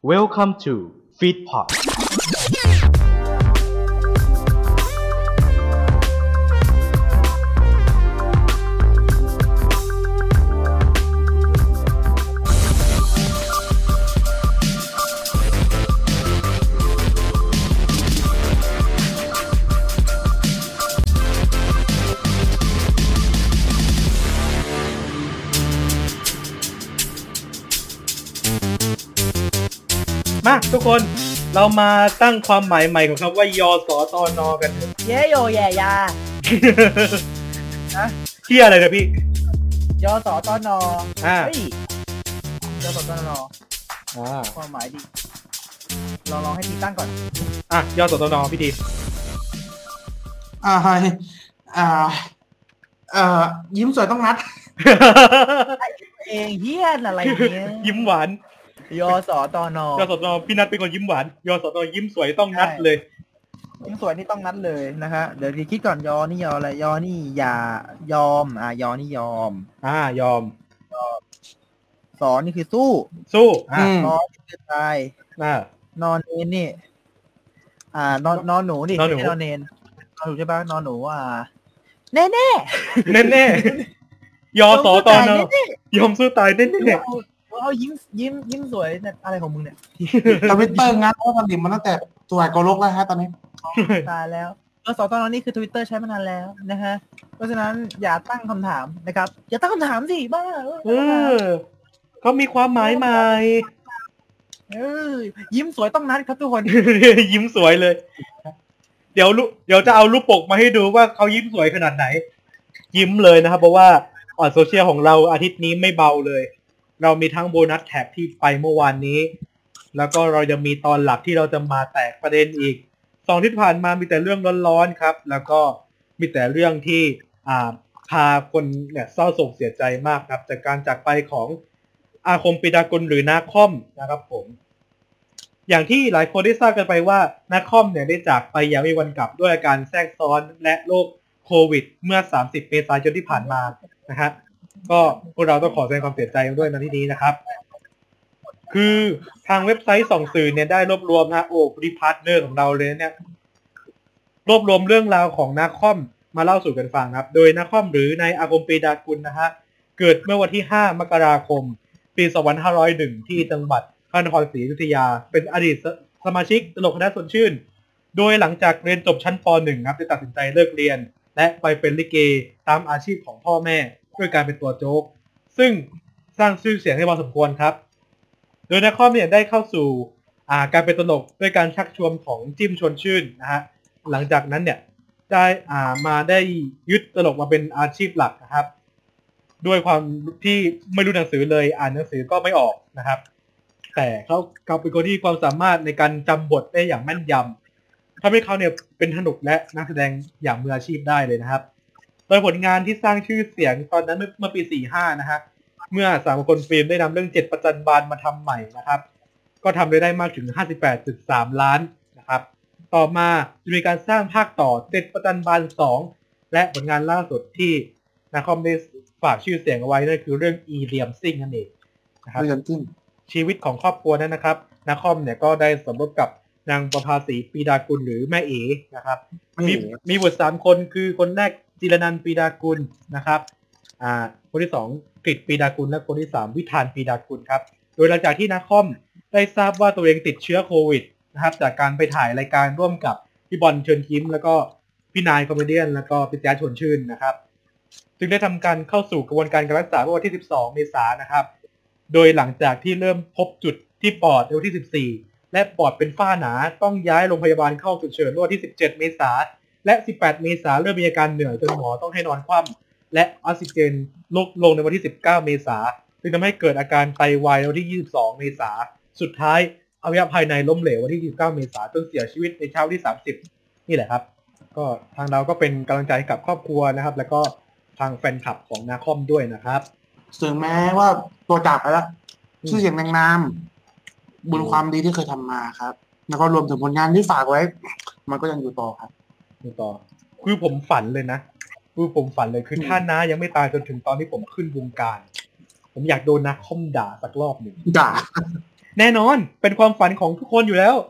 Welcome to Feedpotมาทุกคนเรามาตั้งความหมายใหม่ของคำว่ายสตนกันเย่โยแย่ยานะที่อะไรนะพี่ยสตนเฮ้ยยสตนความหมายดีลองให้ทีตั้งก่อนยสตนพี่ทียิ้มสวยต้องนัดเองเฮี้ยนอะไรเงี้ยยิ้มหวานยสตนยสตนพี่นัทเป็นคนยิ้มหวานยสตนยิ้มสวยต้องนัดเลยยิ้มสวยนี่ต้องนัดเลยนะฮะเดี๋ยวทีคิดก่อนยอนี่ยออะไรยอนี่อย่ายอมยอนี่ยอมยอมสอนนี่คือสู้นอนคือตายนอนเนนนี่นอนหนูนี่นอนเนนนอนหนูใช่ปะนอนหนูแน่แน่แน่ยสตนยอมสู้ตายแน่แน่เอายิ้มสวยเนี่ยอะไรของมึงเนี่ย Twitter งัดเพราะมันดิ่มมาตั้งแต่ตัวไอ้โกโลกแล้วฮะตอนนี้ตายแล้วสตนนี่คือ Twitter ใช้มานานแล้วนะฮะเพราะฉะนั้นอย่าตั้งคำถามนะครับอย่าตั้งคำถามสิบ้าเขามีความหมายใหม่ยิ้มสวยต้องนัดครับทุกคนยิ้มสวยเลยเดี๋ยวจะเอารูปปกมาให้ดูว่าเขายิ้มสวยขนาดไหนยิ้มเลยนะครับเพราะว่าโซเชียลของเราอาทิตย์นี้ไม่เบาเลยเรามีทั้งโบนัสแท็กที่ไปเมื่อวานนี้แล้วก็เราจะมีตอนหลักที่เราจะมาแตกประเด็นอีก2ที่ผ่านมามีแต่เรื่องร้อนๆครับแล้วก็มีแต่เรื่องที่พาคนเนี่ยเศร้าโศกเสียใจมากครับจากการจากไปของอาคมปิดากุลหรือนาคอมนะครับผมอย่างที่หลายคนได้ทราบกันไปว่านาคอมเนี่ยได้จากไปอย่างไม่มีวันกลับด้วยอาการแทรกซ้อนและโรคโควิดเมื่อ30เมษายนที่ผ่านมานะฮะก็พวกเราต้องขอแสดงความเสียใจด้วยในที่นี้นะครับคือทางเว็บไซต์ส่องสื่อเนี่ยได้รวบรวมนะผู้ที่พาร์ทเนอร์ของเราเลยเนี่ยรวบรวมเรื่องราวของนาคอมมาเล่าสู่กันฟังครับโดยนาคอมหรือนายอาคมปรีดากุลนะฮะเกิดเมื่อวันที่5มกราคมปี2501ที่จังหวัดพระนครศรีอยุธยาเป็นอดีตสมาชิกตลกคณะชวนชื่นโดยหลังจากเรียนจบชั้นป .1 ครับได้ตัดสินใจเลิกเรียนและไปเป็นลิเกตามอาชีพของพ่อแม่ด้วยการเป็นตัวโจ๊กซึ่งสร้างชื่อเสียงให้พอสมควรครับโดยนาคอมเนี่ยได้เข้าสู่การเป็นตลกด้วยการชักชวนของจิ้มชวนชื่นนะฮะหลังจากนั้นเนี่ยได้มาได้ยึดตลกมาเป็นอาชีพหลักนะครับด้วยความที่ไม่รู้หนังสือเลยอ่านหนังสือก็ไม่ออกนะครับแต่เขาเป็นคนที่ความสามารถในการจำบทได้อย่างแม่นยำทำให้เขาเนี่ยเป็นถนุกและนักแสดงอย่างมืออาชีพได้เลยนะครับโดยผลงานที่สร้างชื่อเสียงตอนนั้นเมื่อปี45นะฮะเมื่อสามคนฟิล์มได้นำเรื่อง7ประจันบานมาทำใหม่นะครับก็ทำได้มากถึง 58.3 ล้านนะครับต่อมาจะมีการสร้างภาคต่อ7ประจันบาน2และผลงานล่าสุดที่นาคอมได้ฝากชื่อเสียงเอาไว้นั่นคือเรื่องอีเลียมซิงนั่นเองนะครับชีวิตของครอบครัวนั้นนะครับนาคอมเนี่ยก็ได้สมรสกับนางประภาสีปรีดากุลหรือแม่เอ๋นะครับมีบุตร3คนคือคนแรกจิรนันท์ปรีดากุลนะครับคนที่2กฤษปรีดากุลและคนที่3วิธานปรีดากุลครับโดยหลังจากที่นาคอมได้ทราบว่าตัวเองติดเชื้อโควิดนะครับจากการไปถ่ายรายการร่วมกับพี่บอลเชิญยิ้มแล้วก็พี่นายคอมเมเดี้แล้วก็พี่แจ๊สชวนชื่นนะครับจึงได้ทำการเข้าสู่กระบวนการรักษาเมื่อวันที่12เมษายนนะครับโดยหลังจากที่เริ่มพบจุดที่ปอดในวันที่14และปอดเป็นฝ้าหนาต้องย้ายโรงพยาบาลเข้าฉุกเฉินเมื่อวันที่17เมษายนและ18เมษายนเริ่มมีอาการเหนื่อยจนหมอต้องให้นอนคว่ำและออกซิเจนลดลงในวันที่19เมษายนจึงทำให้เกิดอาการไตวายในวันที่22เมษายนสุดท้ายอวัยวะภายในล้มเหลววันที่29เมษายนจนเสียชีวิตในเช้าที่30นี่แหละครับก็ทางเราก็เป็นกำลังใจให้กับครอบครัวนะครับแล้วก็ทางแฟนคลับของนาคอมด้วยนะครับถึงแม้ว่าตัวจากไปแล้วชื่อเสียงนามบุญความดีที่เคยทำมาครับแล้วก็รวมถึงผลงานที่ฝากไว้มันก็ยังอยู่ต่อครับอยู่ต่อคือผมฝันเลยนะคือถ้าน้ายังไม่ตายจนถึงตอนที่ผมขึ้นวงการผมอยากโดนนาคอมด่าสักรอบหนึ่งด่าแน่นอนเป็นความฝันของทุกคนอยู่แล้ว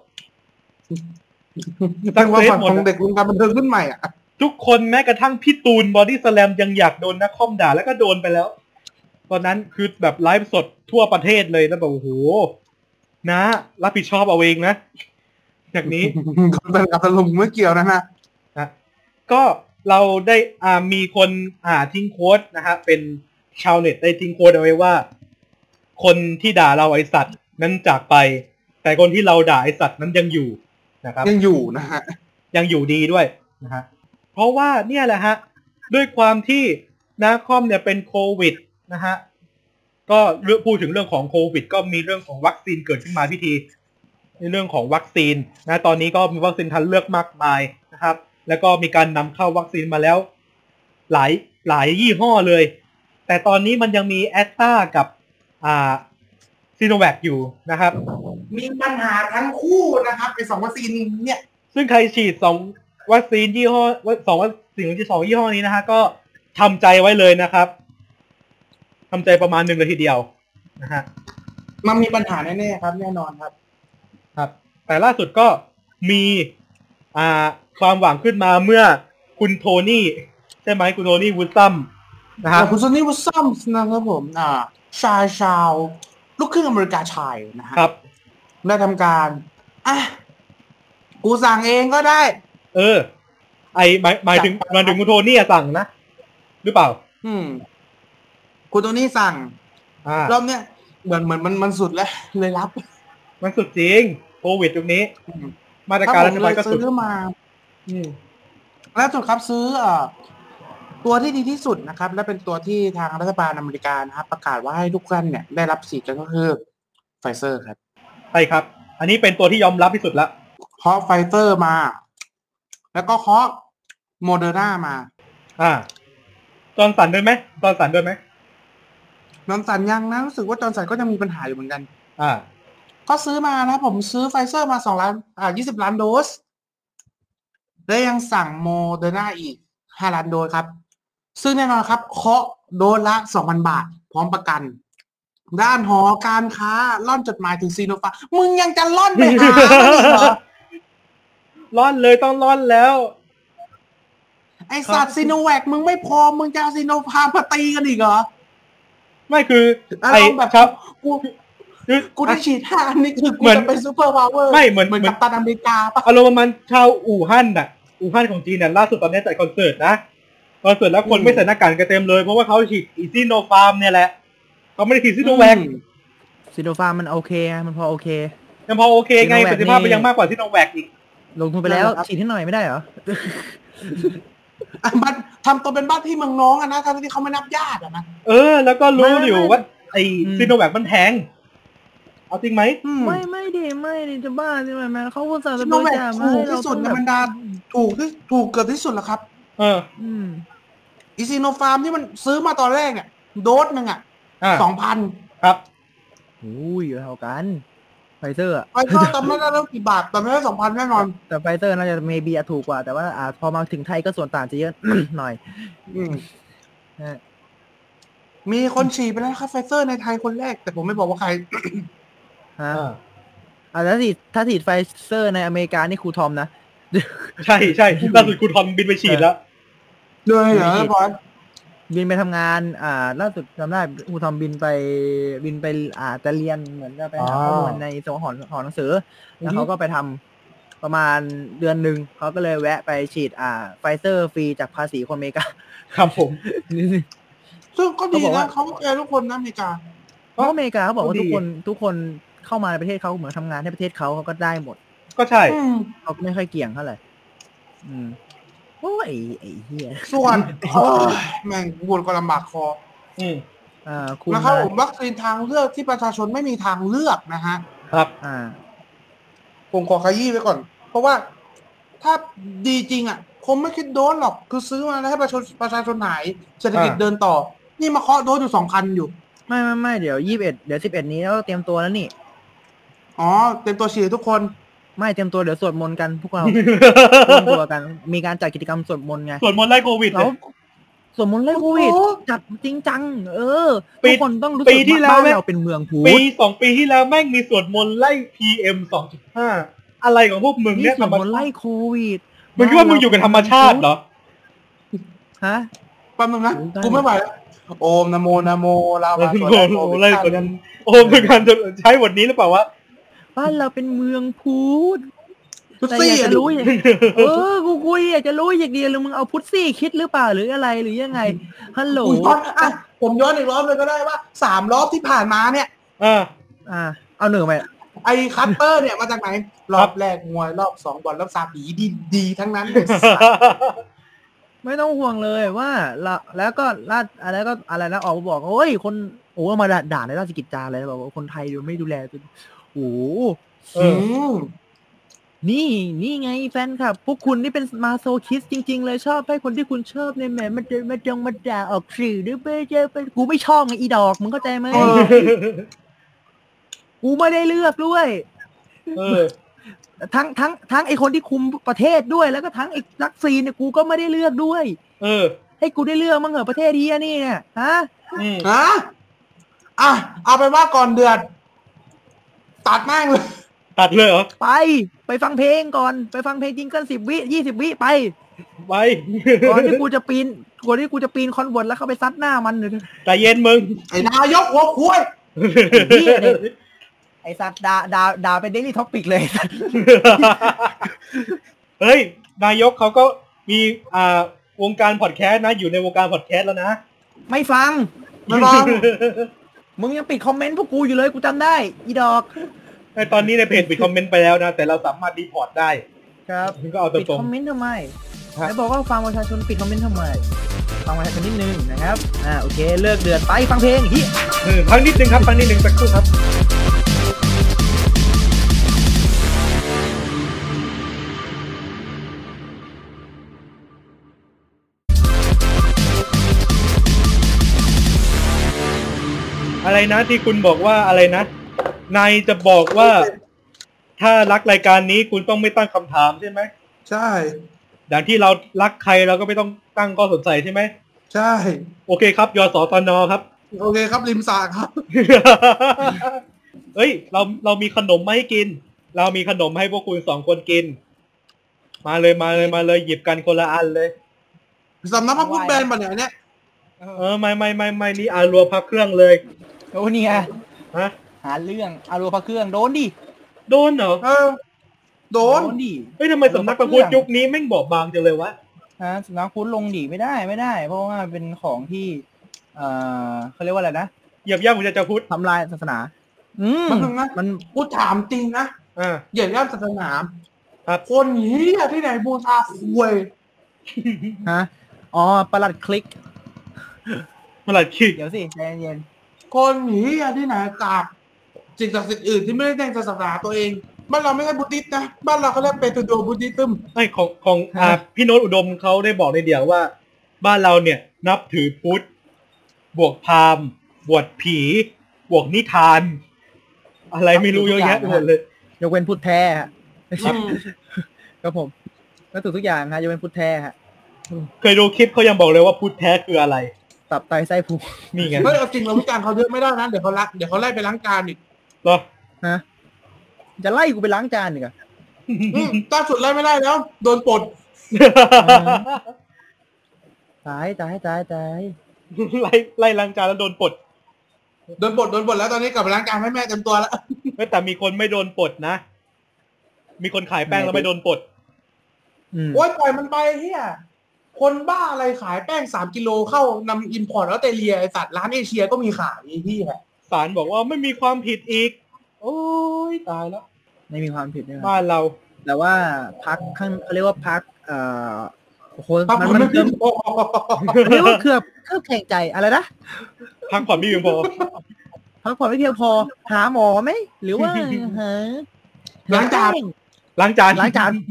เป็นความฝันของเด็กวงการบันเทิงรุ่นใหม่อ่ะทุกคนแม้กระทั่งพี่ตูนบอดี้สแลมยังอยากโดนนักคอมด่าแล้วก็โดนไปแล้วตอนนั้นคือแบบไลฟ์สดทั่วประเทศเลยแล้วแบบโอ้โหนะรับผิดชอบเอาเองนะจากนี้เป็นกับตลุงไม่เกี่ยวนะก็เราได้มีคนทิ้งโค้ดนะฮะเป็นชาวเน็ตได้ทิ้งโค้ดเอาไว้ว่าคนที่ด่าเราไอสัตว์นั้นจากไปแต่คนที่เราด่าไอสัตว์นั้นยังอยู่นะครับยังอยู่นะฮะยังอยู่ดีด้วยนะฮะเพราะว่าเนี่ยแหละฮะด้วยความที่นาคอมเนี่ยเป็นโควิดนะฮะก็พูดถึงเรื่องของโควิดก็มีเรื่องของวัคซีนเกิดขึ้นมาพิธีในเรื่องของวัคซีนนะตอนนี้ก็มีวัคซีนทันเลือกมากมายนะครับแล้วก็มีการนำเข้าวัคซีนมาแล้วหลายยี่ห้อเลยแต่ตอนนี้มันยังมีแอสตรากับซีโนแวคอยู่นะครับมีปัญหาทั้งคู่นะครับไอ้2วัคซีนเนี่ยซึ่งใครฉีด2วัคซีนยี่ห้อ2วัคซีนที่2ยี่ห้อนี้นะฮะก็ทำใจไว้เลยนะครับทำใจประมาณ1เลยทีเดียวนะฮะมันมีปัญหาแน่ๆครับแน่นอนครับแต่ล่าสุดก็มีความหวังขึ้นมาเมื่อคุณโทนี่ใช่ไหมคุณโทนี่วูดซัมนะครับคุณโทนี่วูดซัมนะครับผมชาวลูกครึ่งอเมริกาชายนะครับได้ทำการกูสั่งเองก็ได้หมายถึงคุณโทนี่สั่งนะหรือเปล่าคุณโทนี่สั่งรอบเนี้ยเหมือนมันสุดแล้วเลยรับมันสุดจริงโควิดตรงนี้มาตรการรัฐบาลก็สุดมาแล้วสุดครับซื้อตัวที่ดีที่สุดนะครับและเป็นตัวที่ทางรัฐบาลอเมริกานะครับประกาศว่าให้ทุกท่านเนี่ยได้รับฉีดกันก็คือไฟเซอร์ครับใช่ครับอันนี้เป็นตัวที่ยอมรับที่สุดแล้วเคาะไฟเซอร์มาแล้วก็เคาะโมเดอร์นามาจอร์นสันด้วยไหมจอร์นสันยังนะรู้สึกว่าจอร์นสันก็ยังมีปัญหาอยู่เหมือนกันก็ซื้อมานะผมซื้อไฟเซอร์มา2 ล้าน20 ล้านโดสและยังสั่งโมเดอร์นาอีก5 ล้านโดสครับซึ่งแน่นอนครับเคาะโดสละ 2,000 บาทพร้อมประกันด้านหอการค้าล่อนจดหมายถึงซีโนฟาร์มมึงยังจะล่อนไปหาเหรอล่อนเลยต้องล่อนแล้วไอสัตว์ซีโนแวคมึงไม่พอมึงจะเอาซีโนฟาร์มมาตีกันอีกเหรอไม่คือไอแบบครับกูได้ฉีด5 อันนี้คือกูจะเป็นซูเปอร์พาวเวอร์ไม่เหมือนกัปตันอเมริกาป่ะอารมณ์มันชาวอู่ฮั่นของจีนน่ะล่าสุดตอนนี้จัดคอนเสิร์ตนะคอนเสิร์ตแล้วคนไม่ใส่หน้ากากกันเต็มเลยเพราะว่าเขาฉีดซีโนฟาร์มเนี่ยแหละเขาไม่ได้ฉีดซีโนแวคซีโนฟาร์มมันโอเคมันพอโอเคยังพอโอเคไงประสิทธิภาพมันยังมากกว่าซีโนแวคอีกลงทุนไปแล้วฉีดให้หน่อยไม่ได้เหรอมันทำตัวเป็นบ้านที่เมืองน้องนะทั้งที่เขาไม่นับญาตินะแล้วก็รู้อยู่ว่าไอซีโนแวคมันแพงเอาจริงไหมไม่ดิจะบ้าใช่ไหมเขาพูดสารซีโนแวคถูกที่สุดในบรรดาถูกเกิดที่สุดแล้วครับอีซีโนฟาร์มที่มันซื้อมาตอนแรกเนี่ยโดสหนึ่ง2,000 ครับอุ้ยเท่ากันไฟเซอร์ไฟเซอร์ตอนนั้นแล้วกี่บาทตอนนั้น2,000แน่นอนแต่ไฟเซอร์น่าจะเมบีถูกกว่าแต่ว่าพอมาถึงไทยก็ส่วนต่างจะเยอะ หน่อยมีคนฉีดไปแล้วครับไฟเซอร์ในไทยคนแรกแต่ผมไม่บอกว่าใครถ้าฉีดไฟเซอร์ในอเมริกานี่ครูทอมนะใช่ล่าสุดครูทอมบินไปฉีดแล้วด้วยเหรอบอสบินไปทำงานล่าสุดจำได้ครูทอมบินไปจะเรียนเหมือนจะไปหาข้อมูลในสหอหนังสือแล้วเขาก็ไปทำประมาณเดือนหนึ่งเขาก็เลยแวะไปฉีดไฟเซอร์ฟรีจากภาษีคนอเมริกาครับผมซึ่งก็ดีนะเขาแคร์ทุกคนนะอเมริกาเพราะอเมริกาเขาบอกว่าทุกคนเข้ามาในประเทศเขาเหมือนทำงานให้ประเทศเขาก็ได้หมดก็ใช่เขาไม่ค่อยเกี่ยงเท่าไหร่โอ้ยไอ้เหี้ยส่วนแม่งวนก็ลำบากคอแล้วเขาผมวัคซีนทางเลือกที่ประชาชนไม่มีทางเลือกนะฮะครับผมขอขยี้ไว้ก่อนเพราะว่าถ้าดีจริงคงไม่คิดโดนหรอกคือซื้อมาแล้วให้ประชาชนหายเศรษฐกิจเดินต่อนี่มาเคาะโดนอยู่2,000อยู่ไม่เดี๋ยว21เดี๋ยว11นี้แล้วเตรียมตัวแล้วนี่เตรียมตัวฉีดทุกคนไม่เตรียมตัวเดี๋ยวสวดมนต์กันพวกเราเตรียมตัวกันมีการจัดกิจกรรมสวดมนต์ไงสวดมนต์ไล่โควิดสวดมนต์ไล่โควิดจัดจริงจังทุกคนต้องรู้สึกว่าบ้านเราเป็นเมืองพุทธปี2 ปีที่แล้วแม่งมีสวดมนต์ไล่ PM 2.5อะไรของพวกมึงเนี่ยสวดมนต์ไล่โควิดมึงคิดว่ามึงอยู่กับธรรมชาติเหรอฮะแป๊บนึงนะกูไม่ไหวแล้วโอมนะโมนะโมลาวาสวดไล่คนนั้นโอมเป็นการใช้บทนี้หรือเปล่าวะบ้านเราเป็นเมืองพุทธแต่อยากจะรู้กูอยากจะรู้อย่างเดียวหรือมึงเอาพุทธซี่คิดหรือเปล่าหรืออะไรหรือยังไงฮัลโหลผมย้อนอีกรอบเลยก็ได้ว่า3 รอบที่ผ่านมาเนี่ยเอา1ไปไอ้คัตเตอร์เนี่ยมาจากไหนรอบแรกมวยรอบ2บอลรอบ3ผีดีทั้งนั้นไม่ต้องห่วงเลยว่าแล้วก็อะไรนะออกมาบอกโอ้ยคนมาด่าในราชกิจจาเลยบอกว่าคนไทยไม่ดูแลนี่ไงแฟนครับพวกคุณนี่เป็นมาโซคิสจริงๆเลยชอบให้คนที่คุณชอบเนี่ยแหมมันด่าออกสื่อหรือไม่ใช่กูไม่ชอบไงอีดอกมึงเข้าใจไหมกูไม่ได้เลือกด้วยทั้งไอคนที่คุมประเทศด้วยแล้วก็ทั้งไอวัคซีนเนี่ยกูก็ไม่ได้เลือกด้วยให้กูได้เลือกมั้งเหรอประเทศนี้นี่เนี่ยฮะเอาไปว่าก่อนเดือดตัดแม่งเลยตัดเลยเหรอไปฟังเพลงก่อนไปฟังเพลงจิงเกิล10 วิ20 วิไปก่อนที่กูจะปีนคอนเวิร์ตแล้วเข้าไปซัดหน้ามันใจเย็นมึงไอ้นายกหัวคุยไอ้สัตว์ด่าเป็นเดลี่ท็อปิกเลยเฮ้ยนายกเขาก็มีวงการพอดแคสต์นะอยู่ในวงการพอดแคสต์แล้วนะไม่ฟังมึงยังปิดคอมเมนต์พวกกูอยู่เลยกูจำได้อีดอกในตอนนี้ในเพจปิดคอมเมนต์ไปแล้วนะแต่เราสามารถรีพอร์ตได้ครับก็เอาตรงปิดคอมเมนต์ทำไมแล้วบอกว่าฟังประชาชนปิดคอมเมนต์ทำไมฟังประชาชนนิดนึงนะครับโอเคเลิกเดือดไปฟังเพลงฟังนิดนึงครับฟังนิดนึงสักครู่ครับอะไรนะที่คุณบอกว่าอะไรนะนายจะบอกว่าถ้ารักรายการนี้คุณต้องไม่ตั้งคำถามใช่ไหมใช่ดังที่เรารักใครเราก็ไม่ต้องตั้งข้อสงสัยใช่ไหมใช่โอเคครับยสตนครับโอเคครับริมสระครับเฮ้ยเรามีขนมมาให้กินเรามีขนมให้พวกคุณ2 คนกินมาเลยหยิบกันคนละอันเลยสำนักพระพุทธแบนมาเนี่ยไม่นี่อารัวพักเครื่องเลยโอ้นี่ไงหาเรื่องอารัวพักเครื่องโดนดิโดนเหรอโดนดิเฮ้ยทำไมสำนักพระพุทธยุคนี้แม่งบอบบางจังเลยวะสำนักพุทธลงดิไม่ได้เพราะว่าเป็นของที่เขาเรียกว่าอะไรนะเหยียบย่ำของจะพุทธทำลายศาสนามันพูดถามจริงนะเหยียบย่ำศาสนาคนเหี้ยที่ไหนบูชาคุยประหลัดคลิกประหลัดคลิกเดี๋ยวสิใจเย็นคนเหี้ยที่ไหนกราบสิ่งศักดิ์สิทธิ์อื่นที่ไม่ได้แจ้งศาสนาตัวเองบ้านเราไม่ใช่บุติสนะบ้านเราเขาเรียกเปโตโดบุติซึมของพี่โน้ตอุดมเขาได้บอกในเดียวว่าบ้านเราเนี่ยนับถือพุทธบวกพราหมณ์บวชผีบวกนิทานอะไรไม่รู้เยอะแยะหมดเลยยกเว้นพุทธแท้ครับผมก็ถูกทุกอย่างฮะยกเว้นพุทธแท้ฮะเคยดูคลิปเขายังบอกเลยว่าพุทธแท้คืออะไรตับไตไส้พุงนี่ไงเฮ้ยเอาจริงเราวิจารณ์เขาเยอะไม่ได้นะเดี๋ยวเขาไล่ไปล้างจานอีกเหรอจะไล่กูไปล้างจานอีกอะล่าสุดไล่ไม่ได้แล้วโดนปลดตายไล่ล้างจานแล้วโดนปลดแล้วตอนนี้กลับไปล้างจานให้แม่เต็มตัวแล้วแต่มีคนไม่โดนปลดนะมีคนขายแป้งแล้วไม่โดนปลดโอ๊ยปล่อยมันไปเฮียคนบ้าอะไรขายแป้ง3 กิโลเข้านำอิมพอร์ตออสเตรเลียไอ้สัตว์ร้านเอเชียก็มีขายที่แหละศาลบอกว่าไม่มีความผิดอีกโอ้ยตายแล้วไม่มีความผิดใช่ไหมบ้านเราแต่ว่าพักข้างเขาเรียกว่าพักโอ้โหมันเรียกว่าเกือบแข่งใจอะไรนะพักผ่อนไม่เพียงพอพักผ่อนไม่เพียงพอหาหมอไหมหรือว่าล้างจานล้างจานล้างจัง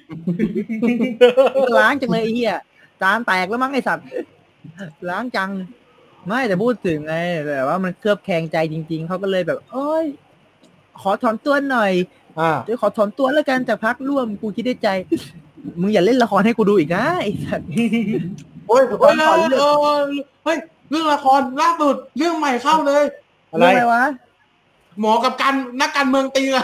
เลยไอ้เหี้ยจานแตกแล้วมั้งไอ้สัตว์ล้างจังไม่แต่พูดถึงไงแต่ว่ามันเคลือบแคลงใจจริงๆเขาก็เลยแบบโอ้ยขอถอนตัวหน่อยเดี๋ยวขอถอนตัวแล้วกันจากพรรคร่วมกูคิดได้ใจมึงอย่าเล่นละครให้กูดูอีกนะไอ้สัตว์โโอ้ยเฮ้ยเรื่องละครล่าสุดเรื่องใหม่เข้าเลยอะไรวะหมอกับกันนักการเมืองตีกัน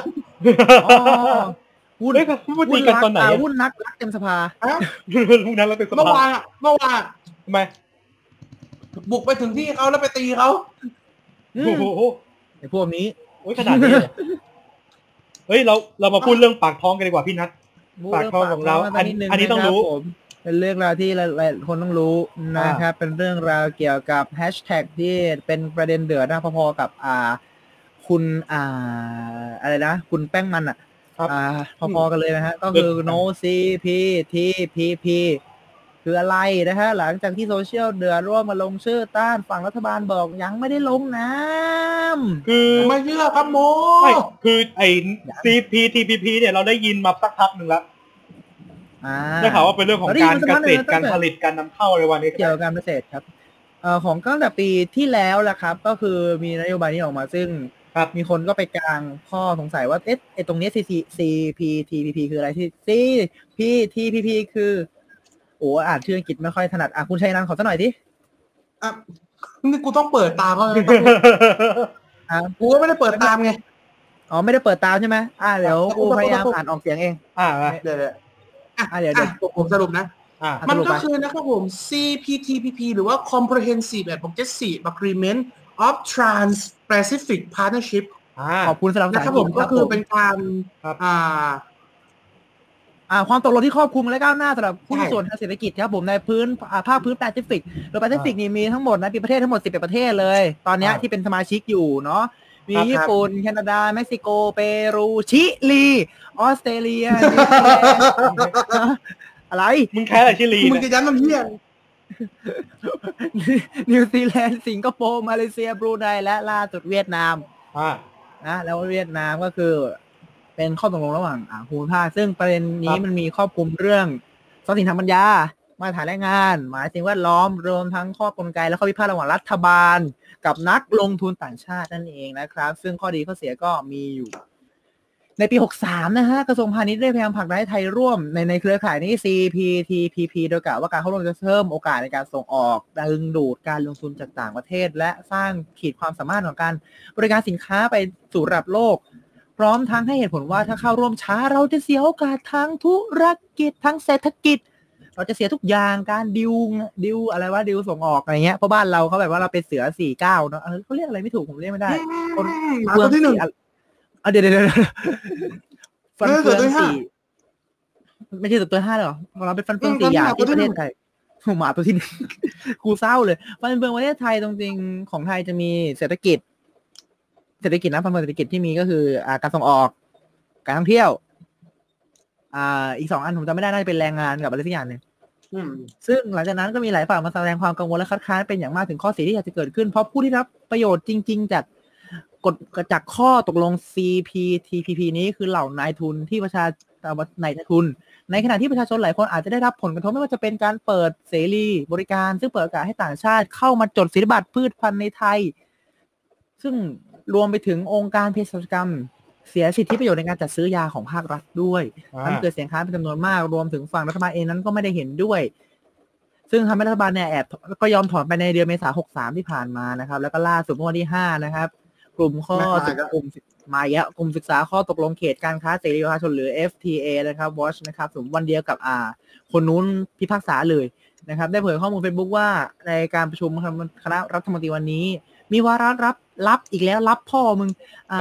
วุ่นตีกันตอนไหนวุ่นนักรักเต็มสภาวุ่นนักรักเต็มสภาเมื่อวานทำไมบุกไปถึงที่เขาแล้วไปตีเขาโอ้โหไอ้พวกนี้โอ้ยขนาดนี้เฮ้ยเรามาพูดเรื่องปากท้องกันดีกว่าพี่นัทปากท้องของเราอันนี้ต้องรู้เป็นเรื่องราวที่หลายคนต้องรู้นะครับเป็นเรื่องราวเกี่ยวกับแฮชแท็กที่เป็นประเด็นเดือดนะพอๆกับคุณอะไรนะคุณแป้งมันพอๆกันเลยนะฮะก็คือ no CPTPP คืออะไรนะฮะหลังจากที่โซเชียลเดือดร่วมมาลงชื่อต้านฝั่งรัฐบาลบอกยังไม่ได้ลงน้ำคือไม่เชื่อครับโมคือไอ้ CPTPP เนี่ยเราได้ยินมาสักพักหนึ่งแล้วได้ข่าวว่าเป็นเรื่องของการเกษตรการผลิตการนำเข้าอะไรวันนี้เกี่ยวกับการเกษตรครับของตั้งแต่ปีที่แล้วแหละครับก็คือมีนโยบายนี้ออกมาซึ่งมีคนก็ไปกางข้อสงสัยว่าไอ้ตรงนี้ CPTPP คืออะไรที่ CPTPP คือโอ้อ่านชื่ออังกฤษไม่ค่อยถนัดคุณชัยนันท์ขอสักหน่อยดินี่กูต้องเปิดตามเขากูก็ไม่ได้เปิดตามไงไม่ได้เปิดตามใช่ไหมเดี๋ยวกูพยายามอ่านออกเสียงเองเดี๋ยวผมสรุปนะมันก็คือนะครับผม CPTPP หรือว่า Comprehensive Advocacy Agreement of Trans-Pacific Partnership ขอบคุณสำหรับนะครับผมก็คือเป็นการความตกลงที่ครอบคลุมและก้าวหน้าสำหรับผู้มีส่วนทางเศรษฐกิจครับผมในภาคพื้นแปซิฟิกโดยแปซิฟิกนี่มีทั้งหมดนะมีประเทศทั้งหมด11ประเทศเลยตอนนี้ที่เป็นสมาชิกอยู่เนาะมีญี่ปุ่นแคนาดาเม็กซิโกเปรูชิลีออสเตรเลียอะไรมึงแค่อะไรชิลีมึงจะย้ำน้ำเหี้ยนิวซีแลนด์สิงคโปร์มาเลเซียบรูไนและล่าสุดเวียดนามแล้วเวียดนามก็คือเป็นข้อตกลงระหว่างภูมิภาคซึ่งประเด็นนี้มันมีครอบคลุมเรื่องทรัพย์สินทางปัญญามาตรฐานแรงงานหมายสิ่งแวดล้อมรวมทั้งข้อกลไกและข้อพิพาทระหว่างรัฐบาลกับนักลงทุนต่างชาตินั่นเองนะครับซึ่งข้อดีข้อเสียก็มีอยู่ในปี63นะฮะกระทรวงพาณิชย์ได้พยายามผลักดันให้ไทยร่วมในเครือข่ายนี้ CPTPP โดยกล่าวว่าการเข้าร่วมจะเพิ่มโอกาสในการส่งออกดึงดูดการลงทุนจากต่างประเทศและสร้างขีดความสามารถของการบริการสินค้าไปสู่ระดับโลกพร้อมทั้งให้เหตุผลว่าถ้าเข้าร่วมช้าเราจะเสียโอกาสทั้งธุรกิจทั้งเศรษฐกิจเราจะเสียทุกอย่างการดิวอะไรว่าดิวส่งออกอะไรเงี้ยเพราะบ้านเราเขาแบบว่าเราเป็นเสือ49เนาะเขาเรียกอะไรไม่ถูกผมเรียกไม่ได้คนเมืองที่1 เดี๋ยวฟันเฟือง4ไม่ใช่ตัว5หรอเราเป็นฟันเฟือง4อย่างที่ประเทศไทยหมาตัวที่1กูเศร้าเลยฟันเฟืองประเทศไทยตรงจริงของไทยจะมีเศรษฐกิจนะฟันเฟืองเศรษฐกิจที่มีก็คือการส่งออกการท่องเที่ยวอีก2อันผมจำไม่ได้น่าจะเป็นแรงงานกับอะไรสักอย่างนึงซึ่งหลังจากนั้นก็มีหลายฝ่ายมาแสดงความกังวลและคัดค้านเป็นอย่างมากถึงข้อเสียที่อาจจะเกิดขึ้นเพราะผู้ที่รับประโยชน์จริงๆจากข้อตกลง CPTPP นี้คือเหล่านายทุนที่นายทุนในขณะที่ประชาชนหลายคนอาจจะได้รับผลกระทบไม่ว่าจะเป็นการเปิดเสรีบริการซึ่งเปิดโอกาสให้ต่างชาติเข้ามาจดสิทธิบัตรพืชพันธุ์ในไทยซึ่งรวมไปถึงองค์การเภสัชกรรมเสียสิทธิประโยชน์ในการจัดซื้อยาของภาครัฐด้วยทำให้เกิดเสียงค้านเป็นจำนวนมากรวมถึงฝั่งรัฐบาลเองนั้นก็ไม่ได้เห็นด้วยซึ่งทำให้รัฐบาลเนี่ยก็ยอมถอนไปในเดือนเมษายน63ที่ผ่านมานะครับแล้วก็ล่าสุดเมื่อวันที่5นะครับกลุ่มศึกษาข้อตกลงเขตการค้าเสรีประชาชนหรือ FTA นะครับ Watch นะครับถึงวันเดียวกับคนนู้นพิพากษาเลยนะครับได้เผยข้อมูล Facebook ว่าในการประชุมคณะรัฐมนตรีวันนี้มีวาระรับอีกแล้วรับพ่อมึง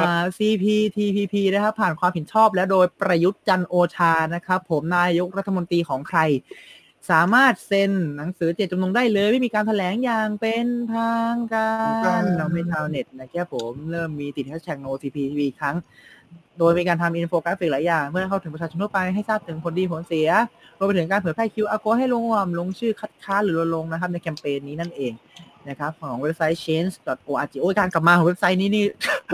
CPTPP นะครับผ่านความเห็นชอบและโดยประยุทธ์จันทร์โอชานะครับผมนายกรัฐมนตรีของใครสามารถเซ็นหนังสือเจตจำนงได้เลยไม่มีการแถลงอย่างเป็นทางการเราไม่ชาวเน็ตนะครับผมเริ่มมีติดแฮชแท็ก NoCPTPP ครั้งโดยมีการทำอินโฟกราฟิกหลายอย่างเพื่อเข้าถึงประชาชนทั่วไปให้ทราบถึงผลดีผลเสียรวมไปถึงการเผยแพร่ QR Code ให้ลงชื่อคัดค้านหรือลงนะครับในแคมเปญนี้นั่นเองนะครับของเว็บไซต์ change.org โอ้ยการกลับมาของเว็บไซต์นี้นี่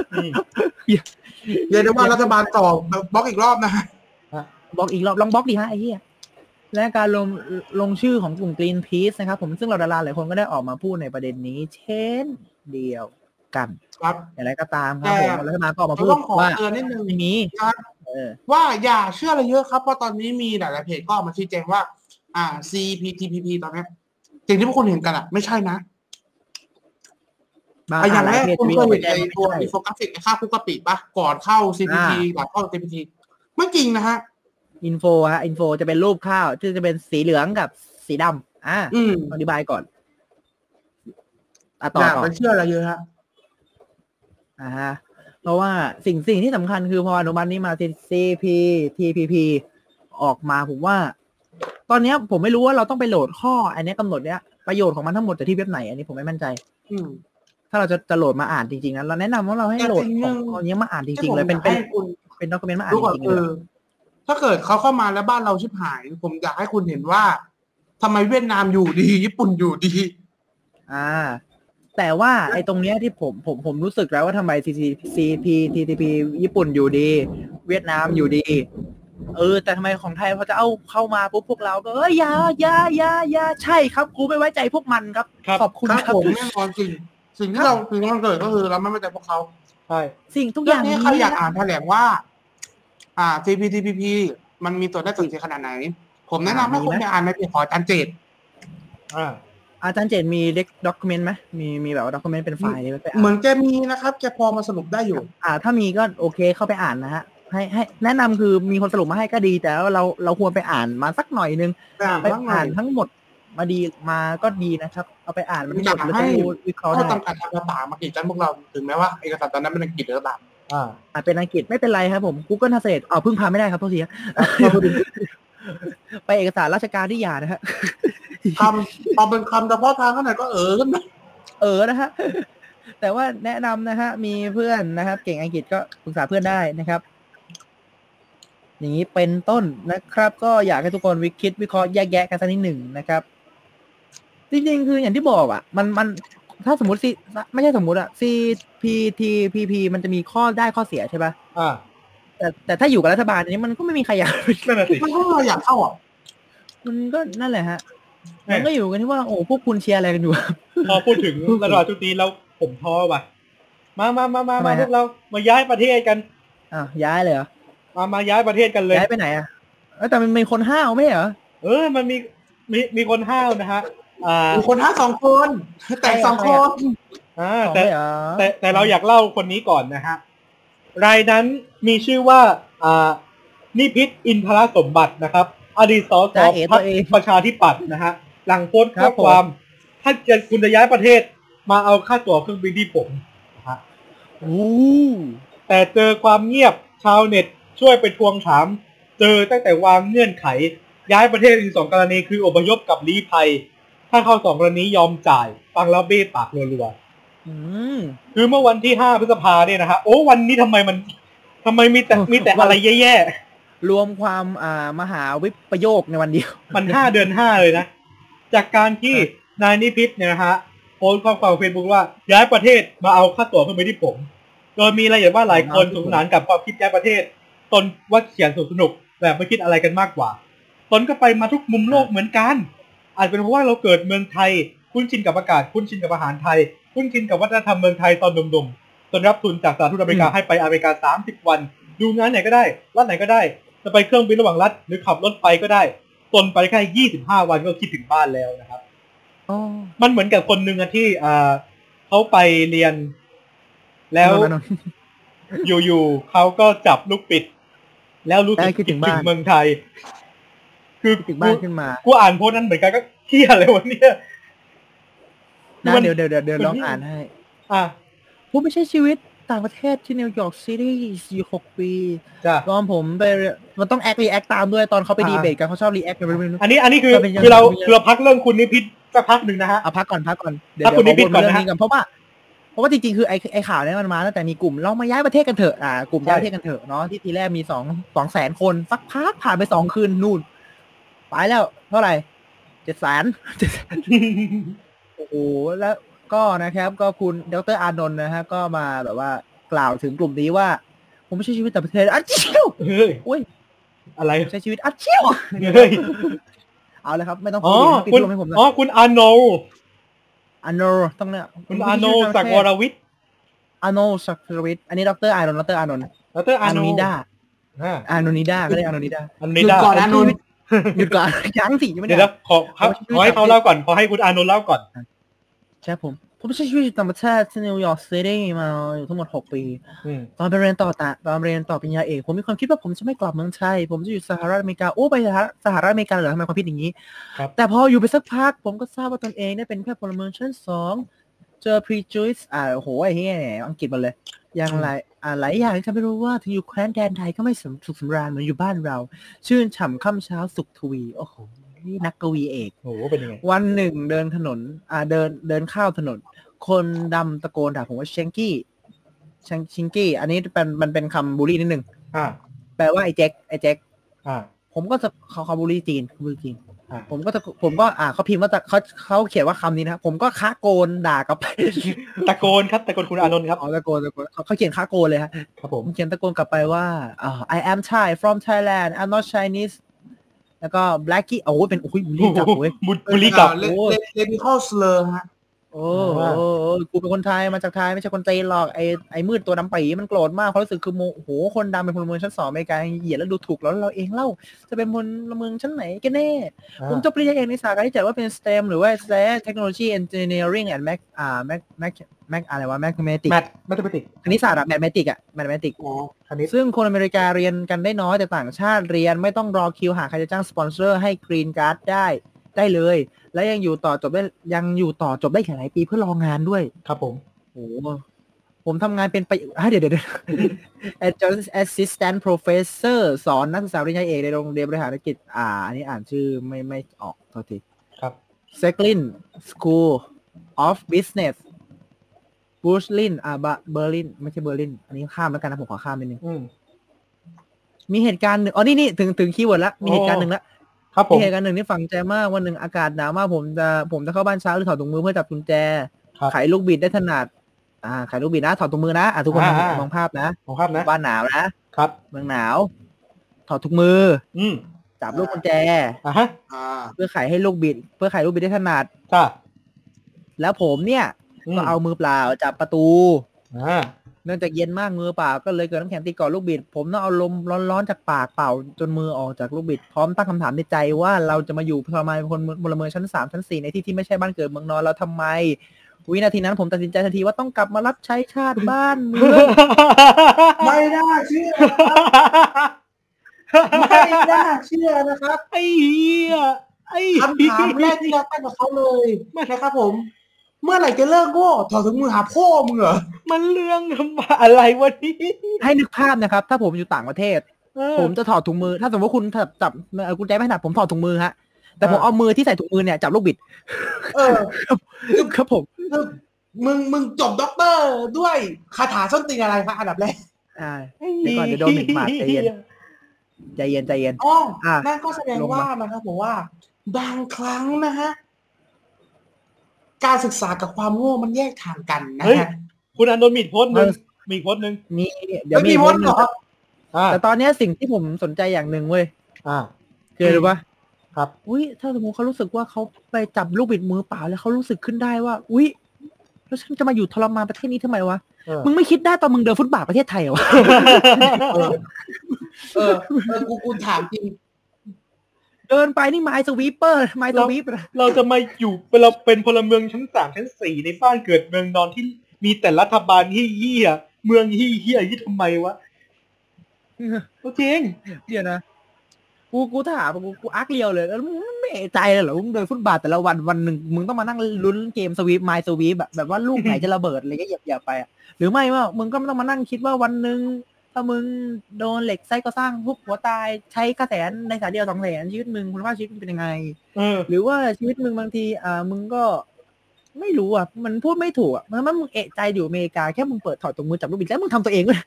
เรียกได้ว่ารัฐบาลต่อบล็อกอีกรอบนะบล็อกอีกรอบลองบล็อกดิฮะไอ้เหี้ยและการลงชื่อของกลุ่ม Greenpeace นะครับผมซึ่งเราดาราหลายคนก็ได้ออกมาพูดในประเด็นนี้เช่นเดียวกันครับอย่างไรก็ตามครับผมรัฐบาลก็ออกมาพูดว่าไม่มีว่าอย่าเชื่ออะไรเยอะครับเพราะตอนนี้มีหลายๆเพจก็ออกมาชี้แจงว่าCPTPP ตอนนี้สิ่งที่พวกคุณเห็นกันอะไม่ใช่นะบางอย่างแรกเพจคุณมีเคยเอาไปเห็นแจ้งไอ้ไม่ตัวใช่อินโฟกราฟิกในค่าคุกกะปิปะก่อนเข้า CPT หลังเข้า CPT ไม่จริงนะฮะอินโฟฮะอินโฟจะเป็นรูปข้าวที่จะเป็นสีเหลืองกับสีดำอธิบายก่อนต่ออย่าไปเชื่ออะไรเยอะฮะฮะเพราะว่าสิ่งที่สำคัญคือพออนุมัตินี้มา CPTPP ออกมาผมว่า ตอนนี้ผมไม่รู้ว่าเราต้องไปโหลดข้ออันนี้กำหนดเนี้ยประโยชน์ของมันทั้งหมดจากที่เว็บไหนอันนี้ผมไม่มั่นใจถ้าเราจะโหลดมาอ่านจริงๆนะเราแนะนำว่าเราให้โหลดของอันนี้มาอ่านจริงๆเลยเป็นด็อกิเมนต์มาอ่านจริงๆเลยถ้าเกิดเขาเข้ามาแล้วบ้านเราชิบหายผมอยากให้คุณเห็นว่าทำไมเวียดนามอยู่ดีญี่ปุ่นอยู่ดีแต่ว่าไอ้ตรงเนี้ยที่ผมรู้สึกแล้วว่าทำไม CPTPP ญี่ปุ่นอยู่ดีเวียดนามอยู่ดีแต่ทำไมของไทยพอจะเอาเข้ามาปุ๊บพวกเราก็อย่าใช่ครับกูไม่ไว้ใจพวกมันครับขอบคุณครับผมแน่นอนสิ่งที่เราเกิดก็คือเราไม่ไว้ใจพวกเขาใช่สิ่งทุกอย่างนี้ใครอยากอ่านแถลงว่าCPTPP มันมีตัวได้ส่วนเสียขนาดไหนผมแนะนำให้คุณไปอ่านในเพจของอาจารย์เจตอาจารย์เจตมีด็อกคิวเมนต์ไหมมีแบบว่าด็อกคิวเมนต์เป็นไฟล์ไปอ่านเหมือนแกมีนะครับแกพอมาสรุปได้อยู่ถ้ามีก็โอเคเข้าไปอ่านนะฮะให้แนะนำคือมีคนสรุปมาให้ก็ดีแต่ว่าเราควรไปอ่านมาสักหน่อยนึงไปอ่านทั้งหมดมาก็ดีนะครับเอาไปอ่านมันจะให้วิเคราะห์ได้จำกัดภาษามากี่กันพวกเราถึงแม้ว่าเอกสารตอนนั้นเป็นอังกฤษหรือเปล่าเป็นอังกฤษไม่เป็นไรครับผม Google Translate พึ่งพาไม่ได้ครับโทษทีไปเอกสารราชการที่อย่านะฮะเอาเป็นคำเฉพาะทางเท่าไหร่ก็ขึ้นนะนะฮะแต่ว่าแนะนำนะฮะมีเพื่อนนะครับเก่งอังกฤษก็ปรึกษาเพื่อนได้นะครับอย่างนี้เป็นต้นนะครับก็อยากให้ทุกคนวิเคราะห์แยกแยะกันสักนิดหนึ่งนะครับจริงๆคืออย่างที่บอกมันถ้าสมมติไม่ใช่สมมติCPTPP มันจะมีข้อได้ข้อเสียใช่ป่ะแต่ถ้าอยู่กับรัฐบาลอันนี้มันก็ไม่มีใครอยากมันก็อยากเข้ามันก็นั่นแหละฮะมันก็อยู่กันที่ว่าโอ้พวกคุณเชียร์อะไรกันอยู่พอพูดถึงรัฐบาลชุดนี้แล้วผมท้อว่ะมาพวกเรามาย้ายประเทศกันย้ายเลยเหรอมาย้ายประเทศกันเลยย้ายไปไหนแต่มันมีคนห้าวไม่เหรอมันมีคนห้าวนะฮะมีคน5 2 คนแต่2 คนแต่เราอยากเล่าคนนี้ก่อนนะฮะรายนั้นมีชื่อว่านิพิษอินทรสมบัตินะครับอดีตสสพรรคประชาธิปัตย์นะฮะหลังโพสต์ข้อความถ้าคุณจะย้ายประเทศมาเอาค่าตั๋วเครื่องบินที่ผมนะฮะแต่เจอความเงียบชาวเน็ตช่วยไปทวงถามเจอตั้งแต่วางเงื่อนไขย้ายประเทศอีก2 กรณีคืออพยพกับลี้ภัยถ้าเข้า2 กรณียอมจ่ายฟังแล้วเบ้ปากรัวๆคือเมื่อวันที่5 พฤษภาเนี่ยนะฮะวันนี้ทำไมมีแต่อะไรแย่ๆรวมความมหาวิปโยคในวันเดียวมัน5 เดือน 5เลยนะจากการที่นายนิพิษเนี่ยนะฮะโพสต์ข้อความ Facebook ว่าย้ายประเทศมาเอาค่าตั๋วเครื่องบินที่ผมโดยมีรายละเอียดว่าหลายคนสนุกสนานกับความคิดย้ายประเทศตนว่าเขียนสนุกแบบไม่คิดอะไรกันมากกว่าตนก็ไปมาทุกมุมโลกเหมือนกันอาจเป็นเพราะว่าเราเกิดเมืองไทยคุ้นชินกับอากาศคุ้นชินกับอาหารไทยคุ้นชินกับวัฒนธรรมเมืองไทยตอนหนุ่มๆจนรับทุนจากสหรัฐอเมริกาให้ไปอเมริกา30 วันดูงานไหนก็ได้รัฐไหนก็ได้จะไปเครื่องบินระหว่างรัฐหรือขับรถไปก็ได้ตนไปแค่25 วันก็คิดถึงบ้านแล้วนะครับมันเหมือนกับคนนึงที่เขาไปเรียนแล้วอยู่ๆเขาก็จับลูกปิดแล้วรู้สึกคิดถึงเมืองไทยคือถึงบ้านขึ้นมากูอ่านโพสต์นั้นเหมือนกันก็เหี้ยอะไรวะเนี่ยเดี๋ยวลองอ่านให้ผู้ไม่ใช่ชีวิตต่างประเทศที่นิวยอร์กซิตี้อยู่6 ปีตอนผมไปมันต้องรีแอคตามด้วยตอนเขาไปดีเบตกันเขาชอบรีแอคกันอันนี้คือเราพักเรื่องคุณนิพิษสักพักนึงนะฮะพักก่อนเดี๋ยวคุณนิพิษก่อนนะเพราะว่าจริงๆคือไอ้ข่าวนี้มันมาตั้งแต่มีกลุ่มเรามาย้ายประเทศกันเถอะกลุ่มย้ายประเทศกันเถอะเนาะที่ทีแรกมี200,000 คนสักพักผ่านไป2 คืนนู่นไปแล้วเท่าไหร่700,000โอ้โหแล้วก็นะครับก็คุณดร.อานนท์นะฮะก็มาแบบว่ากล่าวถึงกลุ่มนี้ว่าผมไม่ใช่ชีวิตแต่ประเทศเชี่ยวอุ้ยอะไรใช้ชีวิตเชี่ยวเอาเลยครับไม่ต้องพูดปิดลมให้ผมนะคุณอานนท์ต้องเนี่ยคุณอานนท์ศักดิ์วรวิทย์อานนท์ศักดิ์วรวิทย์อันนี้ดร.อานนท์ดร.อานนท์นิดาอานนท์นิดาก็เรียกอานนท์นิดาคือก่อนอานนท์หยุดก่อนยังสิไม่ได้เดี๋ยวขอให้เขาเล่าก่อนขอให้คุณอานนท์เล่าก่อนใช่ผมใช้ชีวิตต่างประเทศที่นิวยอร์กซิตี้มาอยู่ทั้งหมด6 ปีตอนไปเรียนต่อปริญญาเอกผมมีความคิดว่าผมจะไม่กลับเมืองไทยผมจะอยู่สหรัฐอเมริกาไปสหรัฐอเมริกาเหรอทำไมความคิดอย่างนี้แต่พออยู่ไปสักพักผมก็ทราบว่าตนเองได้เป็นแค่พลเมืองชั้น2เจอ prejudice โอ้โหไอ้เหี้ยอังกฤษหมดเลยอย่างไรหลายอย่างที่ทำให้รู้ว่าถึงอยู่แคว้นแดนไทยก็ไม่สุขสำราญเหมือนอยู่บ้านเราชื่นฉ่ำค่ำเช้าสุขทวีโอ้โหนี่นักกวีเอกโอ้โหเป็นยังไงวันหนึ่งเดินถนนเดินข้าวถนนคนดำตะโกนด่าผมว่าชิงกี้อันนี้มันเป็นคำบูลลี่นิดนึงแปลว่าไอ้แจ็คผมก็จะเขาบูลลี่จีนผมก็เขาพิมพ์ว่าเขาเขียนว่าคำนี้นะผมก็ค้าโกนด่ากลับไปตะโกนครับตะโกนคุณอานนท์ครับตะโกนเขาเขียนค้าโกนเลยครับผมเขียนตะโกนกลับไปว่าI am Thai from Thailand I'm not Chinese แล้วก็ Blackie โอ้เป็นบูลลี่จับเว้ยบูลลี่กับเลนิคอลสเลอร์ฮะโอ้กูเป็นคนไทยมาจากไทยไม่ใช่คนจีนหรอกไอ้มืดตัวดำปีมันโกรธมากเพราะรู้สึกคือโมโหคนดำเป็นพลเมืองชั้น2อเมริกาเหยียดแล้วดูถูกแล้วเราเองเล่าจะเป็นพลเมืองชั้นไหนกันแน่ผมจบปริญญาเอกในสาขาที่จัดว่าเป็น STEM หรือว่า Technology Engineering and Math อะไรวะ Mathematics คณิตศาสตร์อะ Mathematics ซึ่งคนอเมริกาเรียนกันได้น้อยแต่ต่างชาติเรียนไม่ต้องรอคิวหาใครจะจ้างสปอนเซอร์ให้ Green Card ได้เลยและยังอยู่ต่อจบได้แค่หลายปีเพื่อรองานด้วยครับผมโอ้ผมทำงานเป็นเดี๋ยวassistant professor สอนนักศึกษาปริญญาเอกในโรงเรียนบริหารธุรกิจอันนี้อ่านชื่อไม่ออกโทษทีครับ Seklin School of Business Brooklyn Berlin ไม่ใช่เบอร์ลินอันนี้ข้ามแล้วกันนะผมขอข้ามนิดนึงมีเหตุการณ์หนึ่งนี่ถึงคีย์เวิร์ดละมีเหตุการณ์หนึ่งละมีเหตุการณ์หนึ่งที่ฝังใจมากวันหนึ่งอากาศหนาวมากผมจะเข้าบ้านเช้าหรือถอดถุงมือเพื่อจับกุญแจไขลูกบิดได้ถนัดไขลูกบิดนะถอดถุงมือนะทุกคนมองภาพนะบ้านหนาวนะครับเมืองหนาวถอดถุงมือจับลูกกุญแจเพื่อไขลูกบิดได้ถนัดแล้วผมเนี่ยก็เอามือเปล่าจับประตูเนื่องจากเย็นมากมือเปล่าก็เลยเกิดน้ำแข็งตีก่อนลูกบิดผมต้องเอาลมร้อนๆจากปากเป่าจนมือออกจากลูกบิดพร้อมตั้งคำถามในใจว่าเราจะมาอยู่ทำไมคนพลเมืองชั้น3ชั้น4ในที่ไม่ใช่บ้านเกิดเมืองนอนเราทำไมวินาทีนั้นผมตัดสินใจทันทีว่าต้องกลับมารับใช้ชาติบ้านเมืองไม่น่าเชื่อนะครับไอ้เหี้ยคำถามแรกที่เราตั้งกับเขาเลยนะครับผมเมื่อไหร่จะเลิกโง่ถอดถุงมือหาพ่อมึงเหรอมันเรื่องทำอะไรวะนี่ให้นึกภาพนะครับถ้าผมอยู่ต่างประเทศผมจะถอดถุงมือถ้าสมมติว่าคุณจับกุญแจไม่ถนัดผมถอดถุงมือฮะแต่ผมเอามือที่ใส่ถุงมือเนี่ยจับลูกบิดครับผมมึงจบด็อกเตอร์ด้วยคาถาส้นตีนอะไรคะอันดับแรกเดี๋ยวก่อนจะโดนหมิ่นหมาใจเย็นนั่นก็แสดงว่านะครับผมว่าบางครั้งนะฮะการศึกษากับความโง่มันแยกทางกันนะฮะคุณอานนท์มีโพสต์นึงเดี๋ยวมีโพสต์แต่ตอนนี้สิ่งที่ผมสนใจอย่างหนึ่งเว้ยคืออะไรวะครับถ้าสมมติเขารู้สึกว่าเขาไปจับลูกบิดมือเปล่าแล้วเขารู้สึกขึ้นได้ว่าแล้วฉันจะมาอยู่ทรมานประเทศนี้ทำไมวะมึงไม่คิดได้ตอนมึงเดินฟุตบาทประเทศไทยเหรอวะกูถามจริงเดินไปนี่ไม้สวีปเปอร์ไม้สวีปเราจะมาอยู่เราเป็นพลเมืองชั้น3ชั้น4ในบ้านเกิดเมืองนอนที่มีแต่รัฐบาลเหี้ยเมืองเหี้ยที่ทำไมวะจริงเดี๋ยวนะกูถามกูอักเลียวเลยแล้วมึงไม่ใจเลยเหรอมึงเดินฟุตบาทแต่ละวันหนึ่งมึงต้องมานั่งลุ้นเกมสวีปไม้สวีปแบบว่าลูกไหนจะระเบิดอะไรก็อย่าไปหรือไม่ว่ามึงก็ไม่ต้องมานั่งคิดว่าวันนึงถ้ามึงโดนเหล็กไส้ก็สร้างทุบหัวตายใช้กระแสในสายเดียว200,000ชีวิตมึงคุณภาพชีวิตเป็นยังไงหรือว่าชีวิตมึงบางทีมึงก็ไม่รู้มันพูดไม่ถูกมันมึงเอะใจอยู่อเมริกาแค่มึงเปิดถอดตรงมือจับลูกบิดแล้วมึงทำตัวเองเลย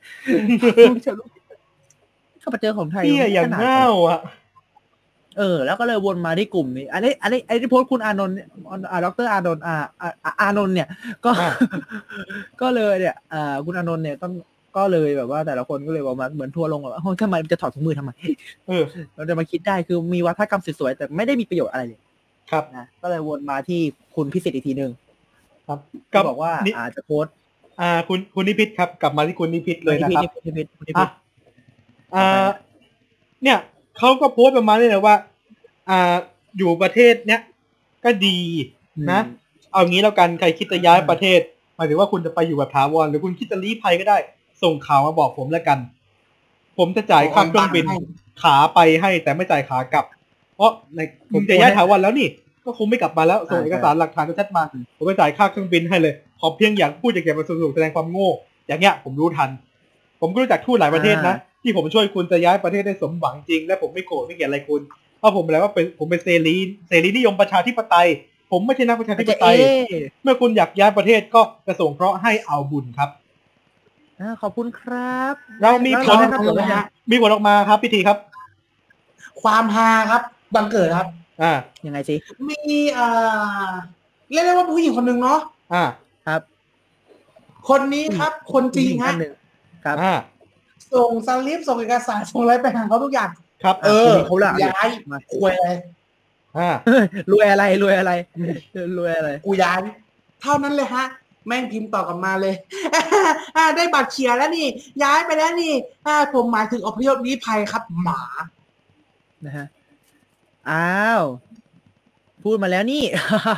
เข้าไปเจอของไทยอย่างเง่าแล้วก็เลยวนมาที่กลุ่มนี้อันนี้โพสต์คุณอานนท์ดร.อานนท์อานนท์เนี่ยก็เลยเนี่ยคุณอานนท์เนี่ยก็เลยแบบว่าแต่ละคนก็เลยบอกมาเหมือนทัวร์ลงว่าทำไมจะถอดถุงมือทำไมเราจะมาคิดได้คือมีวัฒนกรรมสวยๆแต่ไม่ได้มีประโยชน์อะไรเลยครับนะก็เลยวนมาที่คุณพิสิทธิ์อีกทีนึงครับก็บอกว่าอาจจะโพสต์คุณนิพิษครับกลับมาที่คุณนิพิษเลยนะครับเนี่ยเขาก็โพสต์ประมาณนี้นะว่าอยู่ประเทศเนี้ยก็ดีนะเอางี้แล้วกันใครคิดจะย้ายประเทศหมายถึงว่าคุณจะไปอยู่แบบถาวรหรือคุณคิดจะลี้ภัยก็ได้ส่งข่าวมาบอกผมแล้วกันผมจะจ่ายค่าเครื่องบินขาไปให้แต่ไม่จ่ายขากลับเพราะในผมจะย้ายถาวรแล้วนี่ก็คงไม่กลับมาแล้วส่งเอกสารหลักฐานชัดมาผมจะจ่ายค่าเครื่องบินให้เลยขอเพียงอย่างพูดจะเก็บมาสู่แสดงความโง่อย่างเงี้ยผมรู้ทันผมก็รู้จักทูตหลายประเทศนะที่ผมช่วยคุณจะย้ายประเทศได้สมหวังจริงและผมไม่โกรธไม่เกลียดอะไรคุณเพราะผมอะไรว่าผมเป็นเสรีนิยมประชาธิปไตยผมไม่ใช่นักประชาธิปไตยเมื่อคุณอยากย้ายประเทศก็จะส่งเคราะห์ให้เอาบุญครับขอบคุณครับเรามีผลออกมาครับพิธีครับความฮาครับบังเกิดครับยังไงสิมีเรียกได้ว่าผู้หญิงคนหนึ่งเนาะครับคนนี้ครับคนจีนฮะครับส่งสลิปส่งเอกสารส่งอะไรไปหาเขาทุกอย่างครับเขาย้ายคุยอะไรรวยอะไรกูย้ายเท่านั้นเลยฮะแม่งพิมพ์ต่อกลับมาเลยได้บัตรเขียนแล้วนี่ย้ายไปแล้วนี่ผมหมายถึงอพยพลี้ภัยครับหมานะฮะอ้าวพูดมาแล้วนี่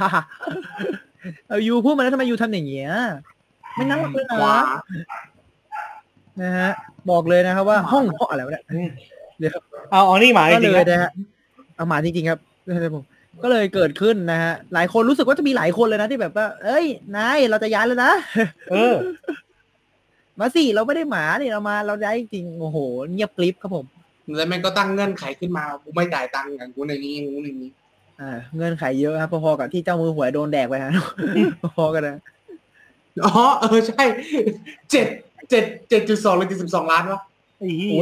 ยูพูดมาแล้วทำไมยูทำอย่างเงี้ยไม่น่ารักเลยนะฮะบอกเลยนะครับว่าห้องเพาะอะไรวะเนี่ยเดี๋ยวเอานี่หมาจริงๆนะฮะเอาหมาจริงๆครับผมก็เลยเกิดขึ้นนะฮะหลายคนรู้สึกว่าจะมีหลายคนเลยนะที่แบบว่าเอ้ยนายเราจะย้ายแล้วนะมาสิเราไม่ได้หมาเนี่ยเราย้ายจริงโอ้โหเงียบกริบครับผมแล้วมันก็ตั้งเงื่อนไขขึ้นมากูไม่จ่ายตังค์อย่างกูในนี้เงื่อนไขเยอะครับพอๆกับที่เจ้ามือหวยโดนแดกไปฮะพอกันนะใช่7.2หรือ72ล้านวะโอ้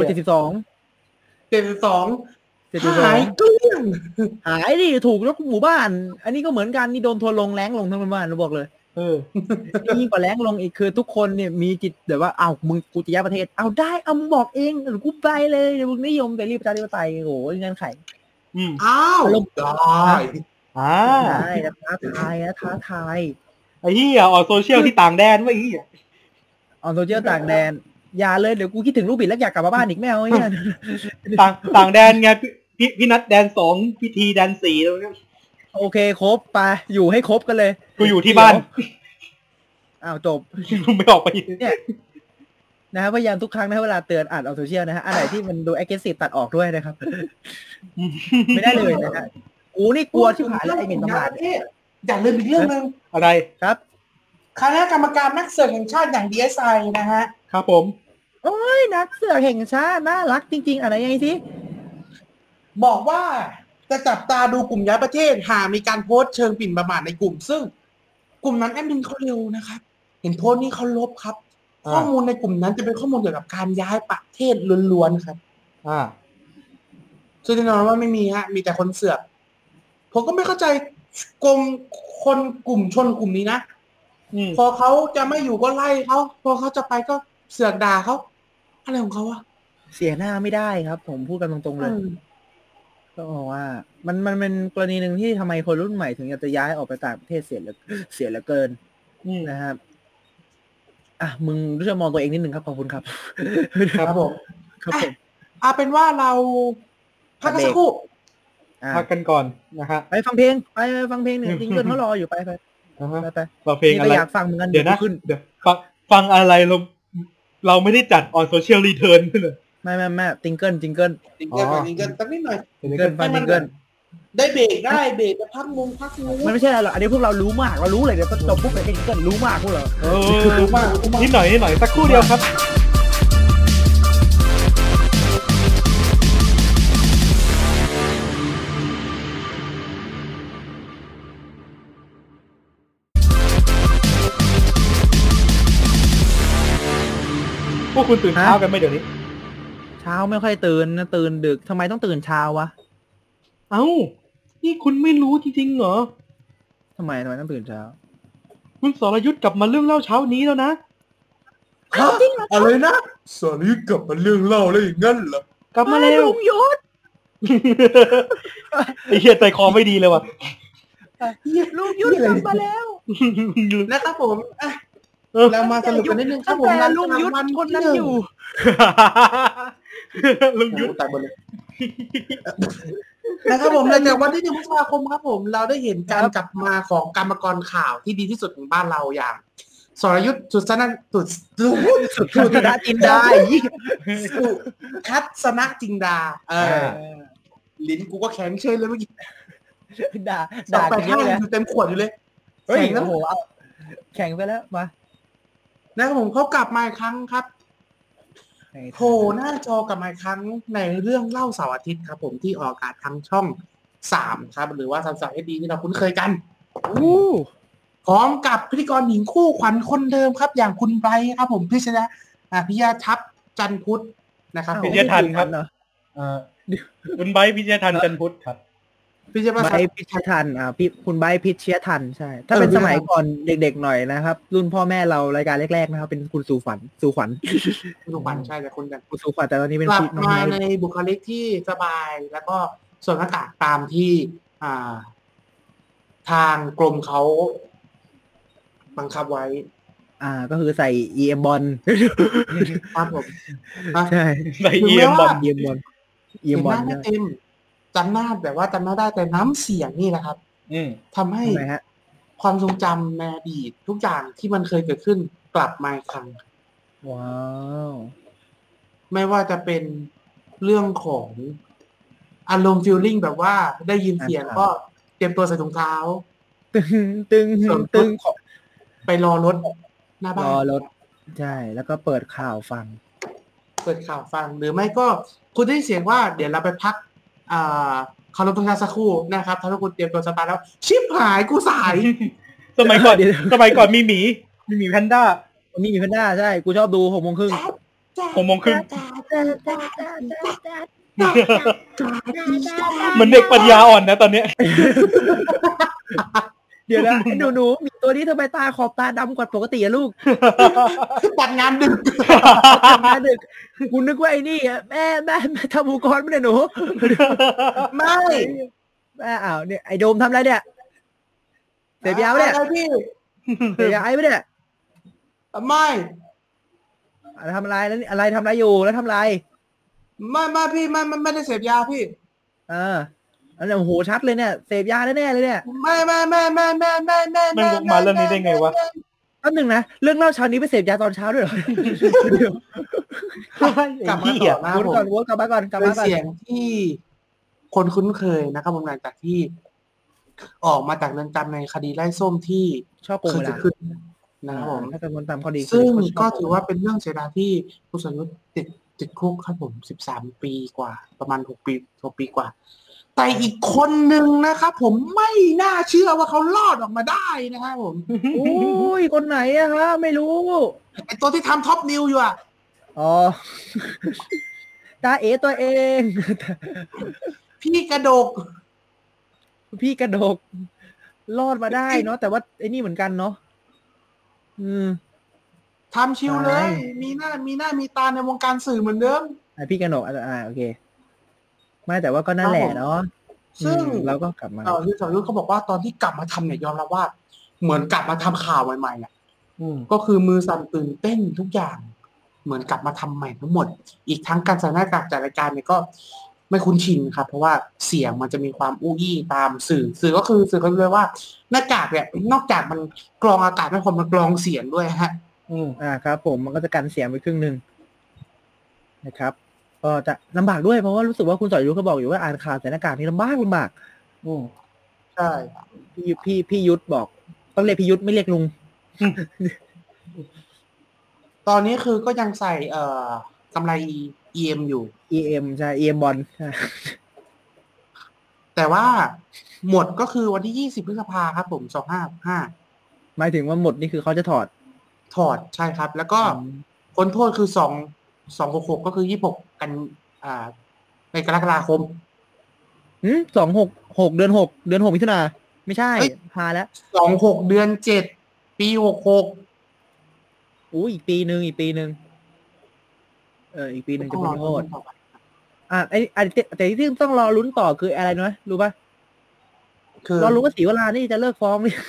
72 หายเกลี้ยงหายดิถูกยกหมู่บ้านอันนี้ก็เหมือนกันนี่โดนทัวลงแรงลงทั้งหมู่บ้านเราบอกเลยยิ่งกว่าแรงลงอีกคือทุกคนเนี่ยมีจิตแบบว่ามึงกูจะย้ายประเทศได้มึงบอกเองหรือกูไปเลยมึงนิยมเสรีประชาธิปไตยโอ้โหเงื่อนไขลงได้ท้าทายไอ้เหี้ยออนโซเชียลที่ต่างแดนวะไอ้เหี้ยออนโซเชียลต่างแดนอย่าเลยเดี๋ยวกูคิดถึงลูกบิดแล้วอยากกลับมาบ้านอีกแม่เอาเนี่ยต่างแดนไงพี่นัทแดน2พิธีแดน4แล้วเนี่ยโอเคครบไปอยู่ให้ครบกันเลยกูอยู่ที่บ้านจบกูไม่ออกไปเนี่ยนะครับพยายามทุกครั้งนะเวลาเตือนอ่านออนโซเชียลนะฮะอะไรที่มันดู aggressive ตัดออกด้วยนะครับไม่ได้เลยนะฮะกูนี่กลัวชิบหายแล้วไอ้หมิ่นประมาทอย่าลืมอีกเรื่องนึงอะไรครับคณะกรรมการนักเสือกแห่งชาติอย่าง DSI นะฮะครับผมโอ้ยนักเสือกแห่งชาติน่ารักจริงๆอะไรยังไงสิบอกว่าจะจับตาดูกลุ่มย้ายประเทศหากมีการโพสต์เชิงปิ่นประมาทในกลุ่มซึ่งกลุ่มนั้นแอดมินเขาเร็วนะครับเห็นโพสต์นี้เขาลบครับข้อมูลในกลุ่มนั้นจะเป็นข้อมูลเกี่ยวกับการย้ายประเทศล้วนๆครับซึ่งแน่นอนว่าไม่มีฮะมีแต่คนเสือกผมก็ไม่เข้าใจกลุ่มชนกลุ่มนี้นะพอเขาจะไม่อยู่ก็ไล่เขาพอเขาจะไปก็เสือกด่าเขาอะไรของเขาอะเสียหน้าไม่ได้ครับผมพูดกันตรงๆเลยก็บอกว่ามันเป็นกรณีหนึ่งที่ทำไมคนรุ่นใหม่ถึงอยากจะย้ายออกไปต่างประเทศเสียเหลือเกินนะครับมึงรู้จักมองตัวเองนิดนึงครับขอบคุณครับครับผมเป็นว่าเราพักสักครู่พักกันก่อนนะฮะไปฟังเพลงหนึ่งจริงเกินเขารออยู่ไปฟังเพลงอะไรอยากฟังเหมือนกันเดี๋ยวนะเดี๋ยวฟังอะไรเราไม่ได้จัดออนโซเชียลรีเทิร์นเลยไม่ติงเกิลตั้งนิดหน่อยฟังติงเกิลได้เบรกจะพักมุมมันไม่ใช่อะไรหรอกอันนี้พวกเรารู้มากเรารู้เลยเดี๋ยวจบปุ๊บไปติงเกิลรู้มากพวกเรารู้มากนิดหน่อยสักครู่เดียวครับพวกคุณตื่นเช้ากันไหมเดี๋ยวนี้เช้าไม่ค่อยตื่นนะตื่นดึกทำไมต้องตื่นเช้าวะนี่คุณไม่รู้จริงๆเหรอทำไมต้องตื่นเช้าคุณสรยุทธกลับมาเรื่องเล่าเช้านี้แล้วนะอะไรนะสรยุทธกลับมาเรื่องเล่าแล้วอย่างงั้นเหรอกลับมาแล้วลุงยุทธไอ้เหี้ยใจคอไม่ดีเลยว่ะลุงยุทธกลับมาแล้วนะครับผมเรามาสรุปกันนิดนึงครับผมลุงยุทธคนนั้นอยู่ลุงยุทธตายหมดเลยนะครับผมหลังจากวันที่1 พฤษภาคมครับผมเราได้เห็นการกลับมาของกรรมกรข่าวที่ดีที่สุดของบ้านเราอย่างสรยุทธสุทัศนจินดาสุทัศนจินดาลิ้นกูก็แข็งเฉยเลยเมื่อกี้ด่าไปข้างอยู่เต็มขวดอยู่เลยเฮ้ยโอ้โหแข่งไปแล้วมานะครับผมเขากลับมาอีกครั้งครับโผล่หน้าจอกลับมาอีกครั้งในเรื่องเล่าเสาร์อาทิตย์ครับผมที่ออกอากาศทางช่อง3ครับหรือว่า33 HD ที่เราคุ้นเคยกันพร้อมกับพิธีกรหญิงคู่ขวัญคนเดิมครับอย่างคุณไบรท์ครับผมพิชนะพิยาทัพจันพุทธนะครับพิชยทันครับคุณไบรท์พิชยทันจันพุทธครับพิชยทันพี่คุณไบรท์พิชยทันใช่ถ้าเป็นสมัยก่อนเด็กๆหน่อยนะครับรุ่นพ่อแม่เรารายการแรกๆนะครับเป็นคุณสู่ขวัญใช่แต่คนกันคุณสู่ขวัญแต่ตอนนี้เป็นกลับมาในบุคลิกที่สบายแล้วก็สวมหน้ากากตามที่ทางกรมเขาบังคับไว้ก็คือใส่ EM บอลครับผมใช่ใส่ EM บอลไม่เต็มจำหน้าแบบว่าจำหน้าได้แต่น้ำเสียงนี่แหละครับทำให้ความทรงจำในอดีตทุกอย่างที่มันเคยเกิดขึ้นกลับมาอีกครั้งว้าวไม่ว่าจะเป็นเรื่องของอารมณ์ฟีลลิ่งแบบว่าได้ยินเสียงก็เตรียมตัวใส่ถุงเท้าตึงไปรอรถหน้าบ้านรอรถใช่แล้วก็เปิดข่าวฟังหรือไม่ก็คุณได้เสียงว่าเดี๋ยวเราไปพักคารพธงชาติสักครู่นะครับถ้าคุณเตรียมตัวสตาร์ทแล้วชิบหายกูสายสมัยก่อนมีหมีแพนด้าใช่กูชอบดู6 โมงครึ่งเหมือนเด็กปัญญาอ่อนนะตอนนี้เดี๋ยวนะหนูมีตัวนี้ทำไมตาขอบตาดำกว่าปกติอะลูกตัดงานดึกคุณนึกว่าไอ้นี่แม่ทำอุปกรณ์ไม่ได้หนูไม่แม่เนี่ยไอโดมทำอะไรเนี่ยเสพยาเนี่ยเสพยาไอ้ไม่เนี่ยไม่ทำอะไรแล้วอะไรทำอะไรอยู่แล้วทำอะไรไม่พี่ไม่ได้เสพยาพี่อันนี้โอ้โหชัดเลยเนี่ยเสพยาแน่ๆเลยเนี่ยไม่มันวกมาเรื่องนี้ได้ไงวะอันหนึ่งนะเรื่องเล่าเช้านี้ไปเสพยาตอนเช้าด้วยเหรอกลับมาต่อนะวนกลับมาก่อนเป็นเสียงที่คนคุ้นเคยนะครับผมหลังจากที่ออกมาจากเรือนจำในคดีไล่ส้มที่ชอบโกงเวลานะครับผมถ้าเป็นคนตามคดีซึ่งก็ถือว่าเป็นเรื่องเสียดายที่คุณสรยุทธติดคุกครับผม13 ปีกว่าประมาณ6 ปีกว่าแต่อีกคนนึงนะครับผมไม่น่าเชื่อว่าเขารอดออกมาได้นะครับผมโอ้ยคนไหนอะครับไม่รู้ไอตัวที่ทำท็อปนิวอยู่ตาเอ๋ตัวเองพี่กระดกรอดมาได้เนาะแต่ว่าไอ้นี่เหมือนกันเนาะทำชิวเลยมีหน้ามีตาในวงการสื่อเหมือนเดิมพี่กระดกโอเคไม่แต่ว่าก็นั่นแหละเนาะซึ่งเราก็กลับมาที่สรยุทธเขาบอกว่าตอนที่กลับมาทำเนี่ยยอมรับว่าเหมือนกลับมาทำข่าวใหม่ๆอ่ะก็คือมือสั่นตื่นเต้นทุกอย่างเหมือนกลับมาทำใหม่ทั้งหมดอีกทั้งการใส่หน้ากากจัดรายการเนี่ยก็ไม่คุ้นชินครับเพราะว่าเสียงมันจะมีความอู้อี้ตามสื่อก็คือสื่อเขาเลยว่าหน้ากากเนี่ยนอกจากมันกรองอากาศไม่พอมันกรองเสียงด้วยฮะครับผมมันก็จะกันเสียงไปครึ่งนึงนะครับก็จะลำบากด้วยเพราะว่ารู้สึกว่าคุณสรยุทธเขาบอกอยู่ว่าอ่านข่าวใส่หน้ากากนี่ลำบากใช่พี่ยุทธบอกต้องเรียกพี่ยุทธไม่เรียกลุงตอนนี้คือก็ยังใส่กำไร EM อยู่ EM ใช่ EM บอลแต่ว่าหมดก็คือวันที่20 พฤษภาครับผม2565 หมายถึงว่าหมดนี่คือเขาจะถอดใช่ครับแล้วก็พ้นโทษคือ266ก็คือ26กันในกรกฎาคม 266เดือน6มิถุนาไม่ใช่พาแล้ว 26เดือน7ปี66 อีกปีนึงอีกปีนึงจะพ้นโทษแต่ที่ต้องรอลุ้นต่อคืออะไรนะรู้ป่ะรอรู้ว่าศรีวรานี่จะเลิกฟ้องนี่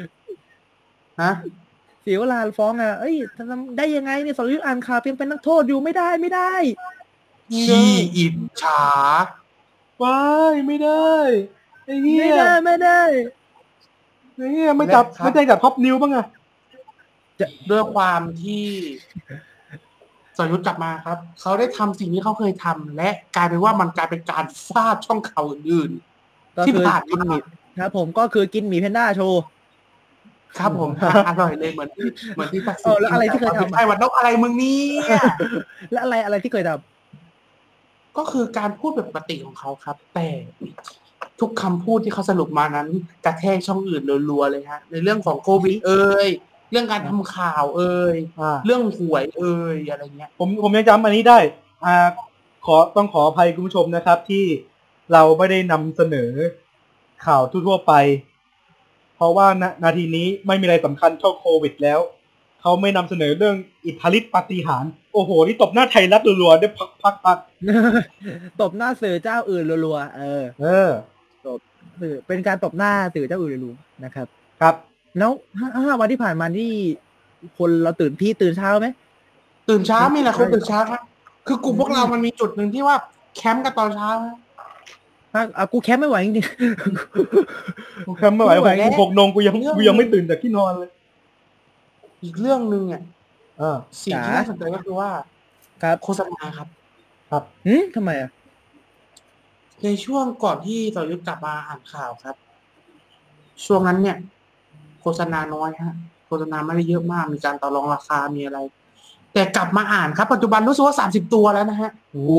ศรีวราฟ้องได้ยังไงเนี่ยสรยุทธอ่านข่าวเป็นนักโทษอยู่ไม่ได้ขี้อิจฉาว้ายไม่ได้ไอ้เหี้ยไม่ได้ไอ้เหี้ยไม่ได้จับท็อปนิวบ้างอะด้วยความที่สรยุทธกลับมาครับเขาได้ทำสิ่งที่เขาเคยทำและกลายเป็นว่ามันกลายเป็นการฟาดช่องข่าวอื่นๆที่ผ่านกินหมี่ครับผมก็คือกินหมี่แพนด้าโชว์ครับผมอร่อยเลยเหมือนที่ทักษิณแล้วอะไรที่เคยทำไอ้วันนกอะไรมึงนี่แล้วอะไรที่เคยทำก็คือการพูดแบบปกติของเขาครับ แต่ทุกคำพูดที่เขาสรุปมานั้นกระแทกช่องอื่นรัวๆเลยฮะในเรื่องของโควิดเรื่องการทำข่าวเรื่องหวยอะไรเงี้ยผมยังจำอันนี้ได้ต้องขออภัยคุณผู้ชมนะครับที่เราไม่ได้นำเสนอข่าวทั่วไปเพราะว่านาทีนี้ไม่มีอะไรสำคัญเท่าโควิดแล้วเขาไม่นำเสนอเรื่องอิทธิฤทธิปาฏิหาริย์โอ้โหนี่ตบหน้าไทยรัฐรัวๆได้พักตบหน้าสื่อเจ้าอื่นรัวๆตบสื่อเป็นการตบหน้าสื่อเจ้าอื่นรัวๆนะครับครับแล้ว5 วันที่ผ่านมานี่คนเราตื่นเช้าไหมตื่นเช้ามีแหละคนตื่นเช้าครับคือกลุ่มพวกเรามันมีจุดหนึ่งที่ว่าแคมป์กันตอนเช้ากูแคมป์ไม่ไหวจริงๆกูแคมป์ไม่ไหว6 โมงกูยังไม่ตื่นจากที่นอนเลยอีกเรื่องนึงสิ่งที่น่าสนใจก็คือว่าโฆษณาครับทำไมอ่ะในช่วงก่อนที่สรยุทธกลับมาอ่านข่าวครับช่วงนั้นเนี่ยโฆษณาน้อยฮะโฆษณาไม่ได้เยอะมากมีการต่อรองราคามีอะไรแต่กลับมาอ่านครับปัจจุบันรู้สึกว่า30 ตัวแล้วนะฮะโอ้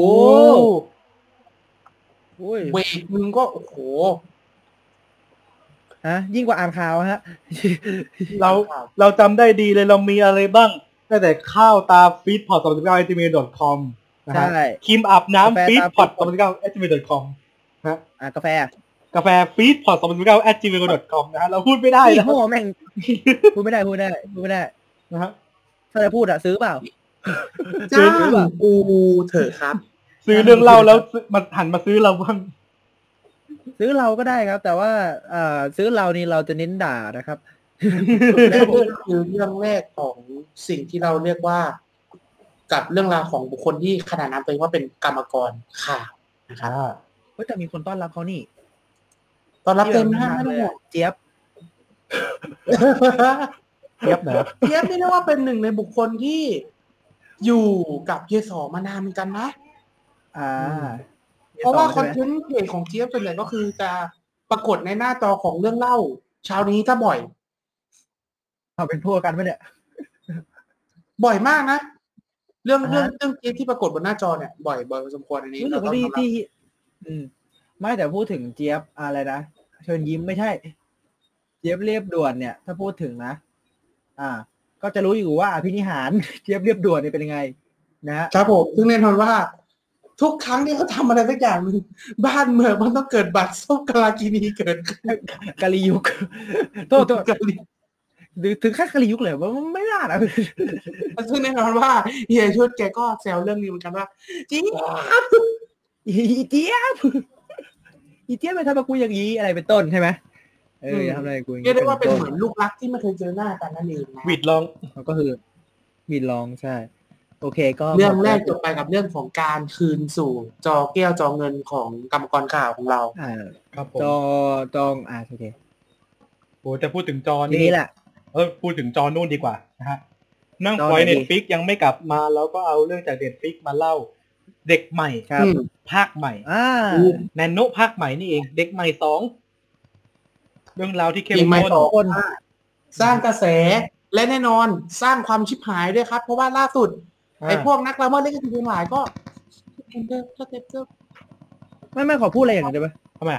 เวกนึงก็โอ้โหยิ่งกว่าอ่านข่าวฮะเราจำได้ดีเลยเรามีอะไรบ้างตั้งแต่ข้าวตาฟีดพอร์ต2019@gmail.com นะฮะครีมอาบน้ำฟีดพอร์ต2019@gmail.com ฮะกาแฟฟีดพอร์ต2019@gmail.com นะฮะเราพูดไม่ได้นะโอ้แม่งพูดไม่ได้นะฮะถ้าจะพูดซื้อเปล่าซื้อกูเถอะครับซื้อเรื่องเล่าแล้วมันหันมาซื้อเราบ้างซื้อเราก็ได้ครับแต่ว่าซื้อเรานี่เราจะเน้นด่านะครับและนี่คือเรื่องแรกของสิ่งที่เราเรียกว่ากับเรื่องราวของบุคคลที่ขนาดนั้นตัวเองว่าเป็นกรรมกรข่าวนะครับแต่มีคนต้อนรับเขานี่ต้อนรับเต็มห้างเลยเจี๊ยบนะเจี๊ยบนี่เรียกว่าเป็นหนึ่งในบุคคลที่อยู่กับเยสอมานานเหมือนกันนะเพราะว่าคอนเทนต์เพจของเจี๊ยบส่วนใหญ่ก็คือจะปรากฏในหน้าจอของเรื่องเล่าเช้านี้ถ้าบ่อยเอาเป็นพวกกันไหมเนี่ยบ่อยมากนะเรื่องเจี๊ยบที่ปรากฏบนหน้าจอเนี่ยบ่อยพอสมควรอันนี้เราต้องที่ไม่แต่พูดถึงเจี๊ยบอะไรนะเชิญยิ้มไม่ใช่เจี๊ยบเรียบด่วนเนี่ยถ้าพูดถึงนะก็จะรู้อยู่ว่าอภินิหารเจี๊ยบเรียบด่วนเนี่ยเป็นยังไงนะครับผมซึ่งแน่นอนว่าทุกครั้งที่เขาทำอะไรสักอย่างนึงบ้านเมืองมันต้องเกิดบัตรส้มกาลากินีเกิดกาลียุกโทษถึงขั้นกาลียุกเลยว่าไม่น่านะซึ่งแน่นอนว่าเฮียชุดแกก็แซวเรื่องนี้เหมือนกันว่าเจี๊ยบเจี๊ยบไปทำกับกูอย่างนี้อะไรเป็นต้นใช่ไหมทำอะไรกูเรียกได้ว่าเป็นเหมือนลูกรักที่ไม่เคยเจอหน้ากันนั่นเองนะวิดลองก็คือวิดลองใช่โอเคก็เรื่องแรกจบไปกับเรื่องของการคืนสู่จอแก้วจอเงินของกรรมกรข่าวของเราครับผมจองโอเคโอ้จะพูดถึงจอนี่แหละพูดถึงจอนู่นดีกว่านะฮะนั่งคอย Netflix ยังไม่กลับมาแล้วก็เอาเรื่องจาก Netflix มาเล่าเด็กใหม่ภาคใหม่แนนโนภาคใหม่นี่เองเด็กใหม่2เรื่องราวที่เข้มข้นสร้างกระแสและแน่นอนสร้างความชิบหายด้วยครับเพราะว่าล่าสุดไอ้พวกนักละเมิดลิขสิทธิ์ทั้งหลายก็ไม่ขอพูดอะไรอย่างนี้ได้ไหมทำไม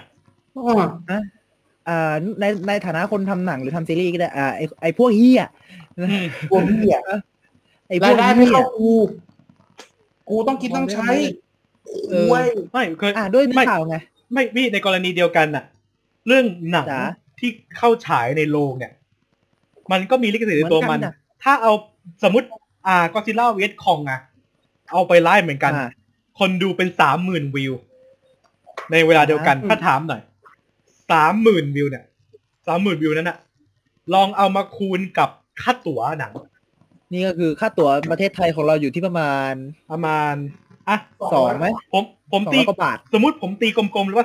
ในฐานะคนทำหนังหรือทำซีรีส์ก็ได้ไอ้พวกเฮียพวกเฮียไอ้พวกได้ไม่เข้ากูต้องกินต้องใช้ไม่เคยด้วยในข่าวไงไม่พี่ในกรณีเดียวกันน่ะเรื่องหนังที่เข้าฉายในโรงเนี่ยมันก็มีลิขสิทธิ์ในตัวมันถ้าเอาสมมติก็ซิลล่าเวสคองเอาไปไล่เหมือนกันคนดูเป็น 30,000 วิวในเวลาเดียวกันถ้าถามหน่อย 30,000 วิวเนี่ย 30,000 วิวนั้นน่ะลองเอามาคูณกับค่าตั๋วหนังนี่ก็คือค่าตั๋วประเทศไทยของเราอยู่ที่ประมาณอ่ะ 2ไหมผมตี 200 กว่าบาทสมมุติผมตีกลมๆเลยว่า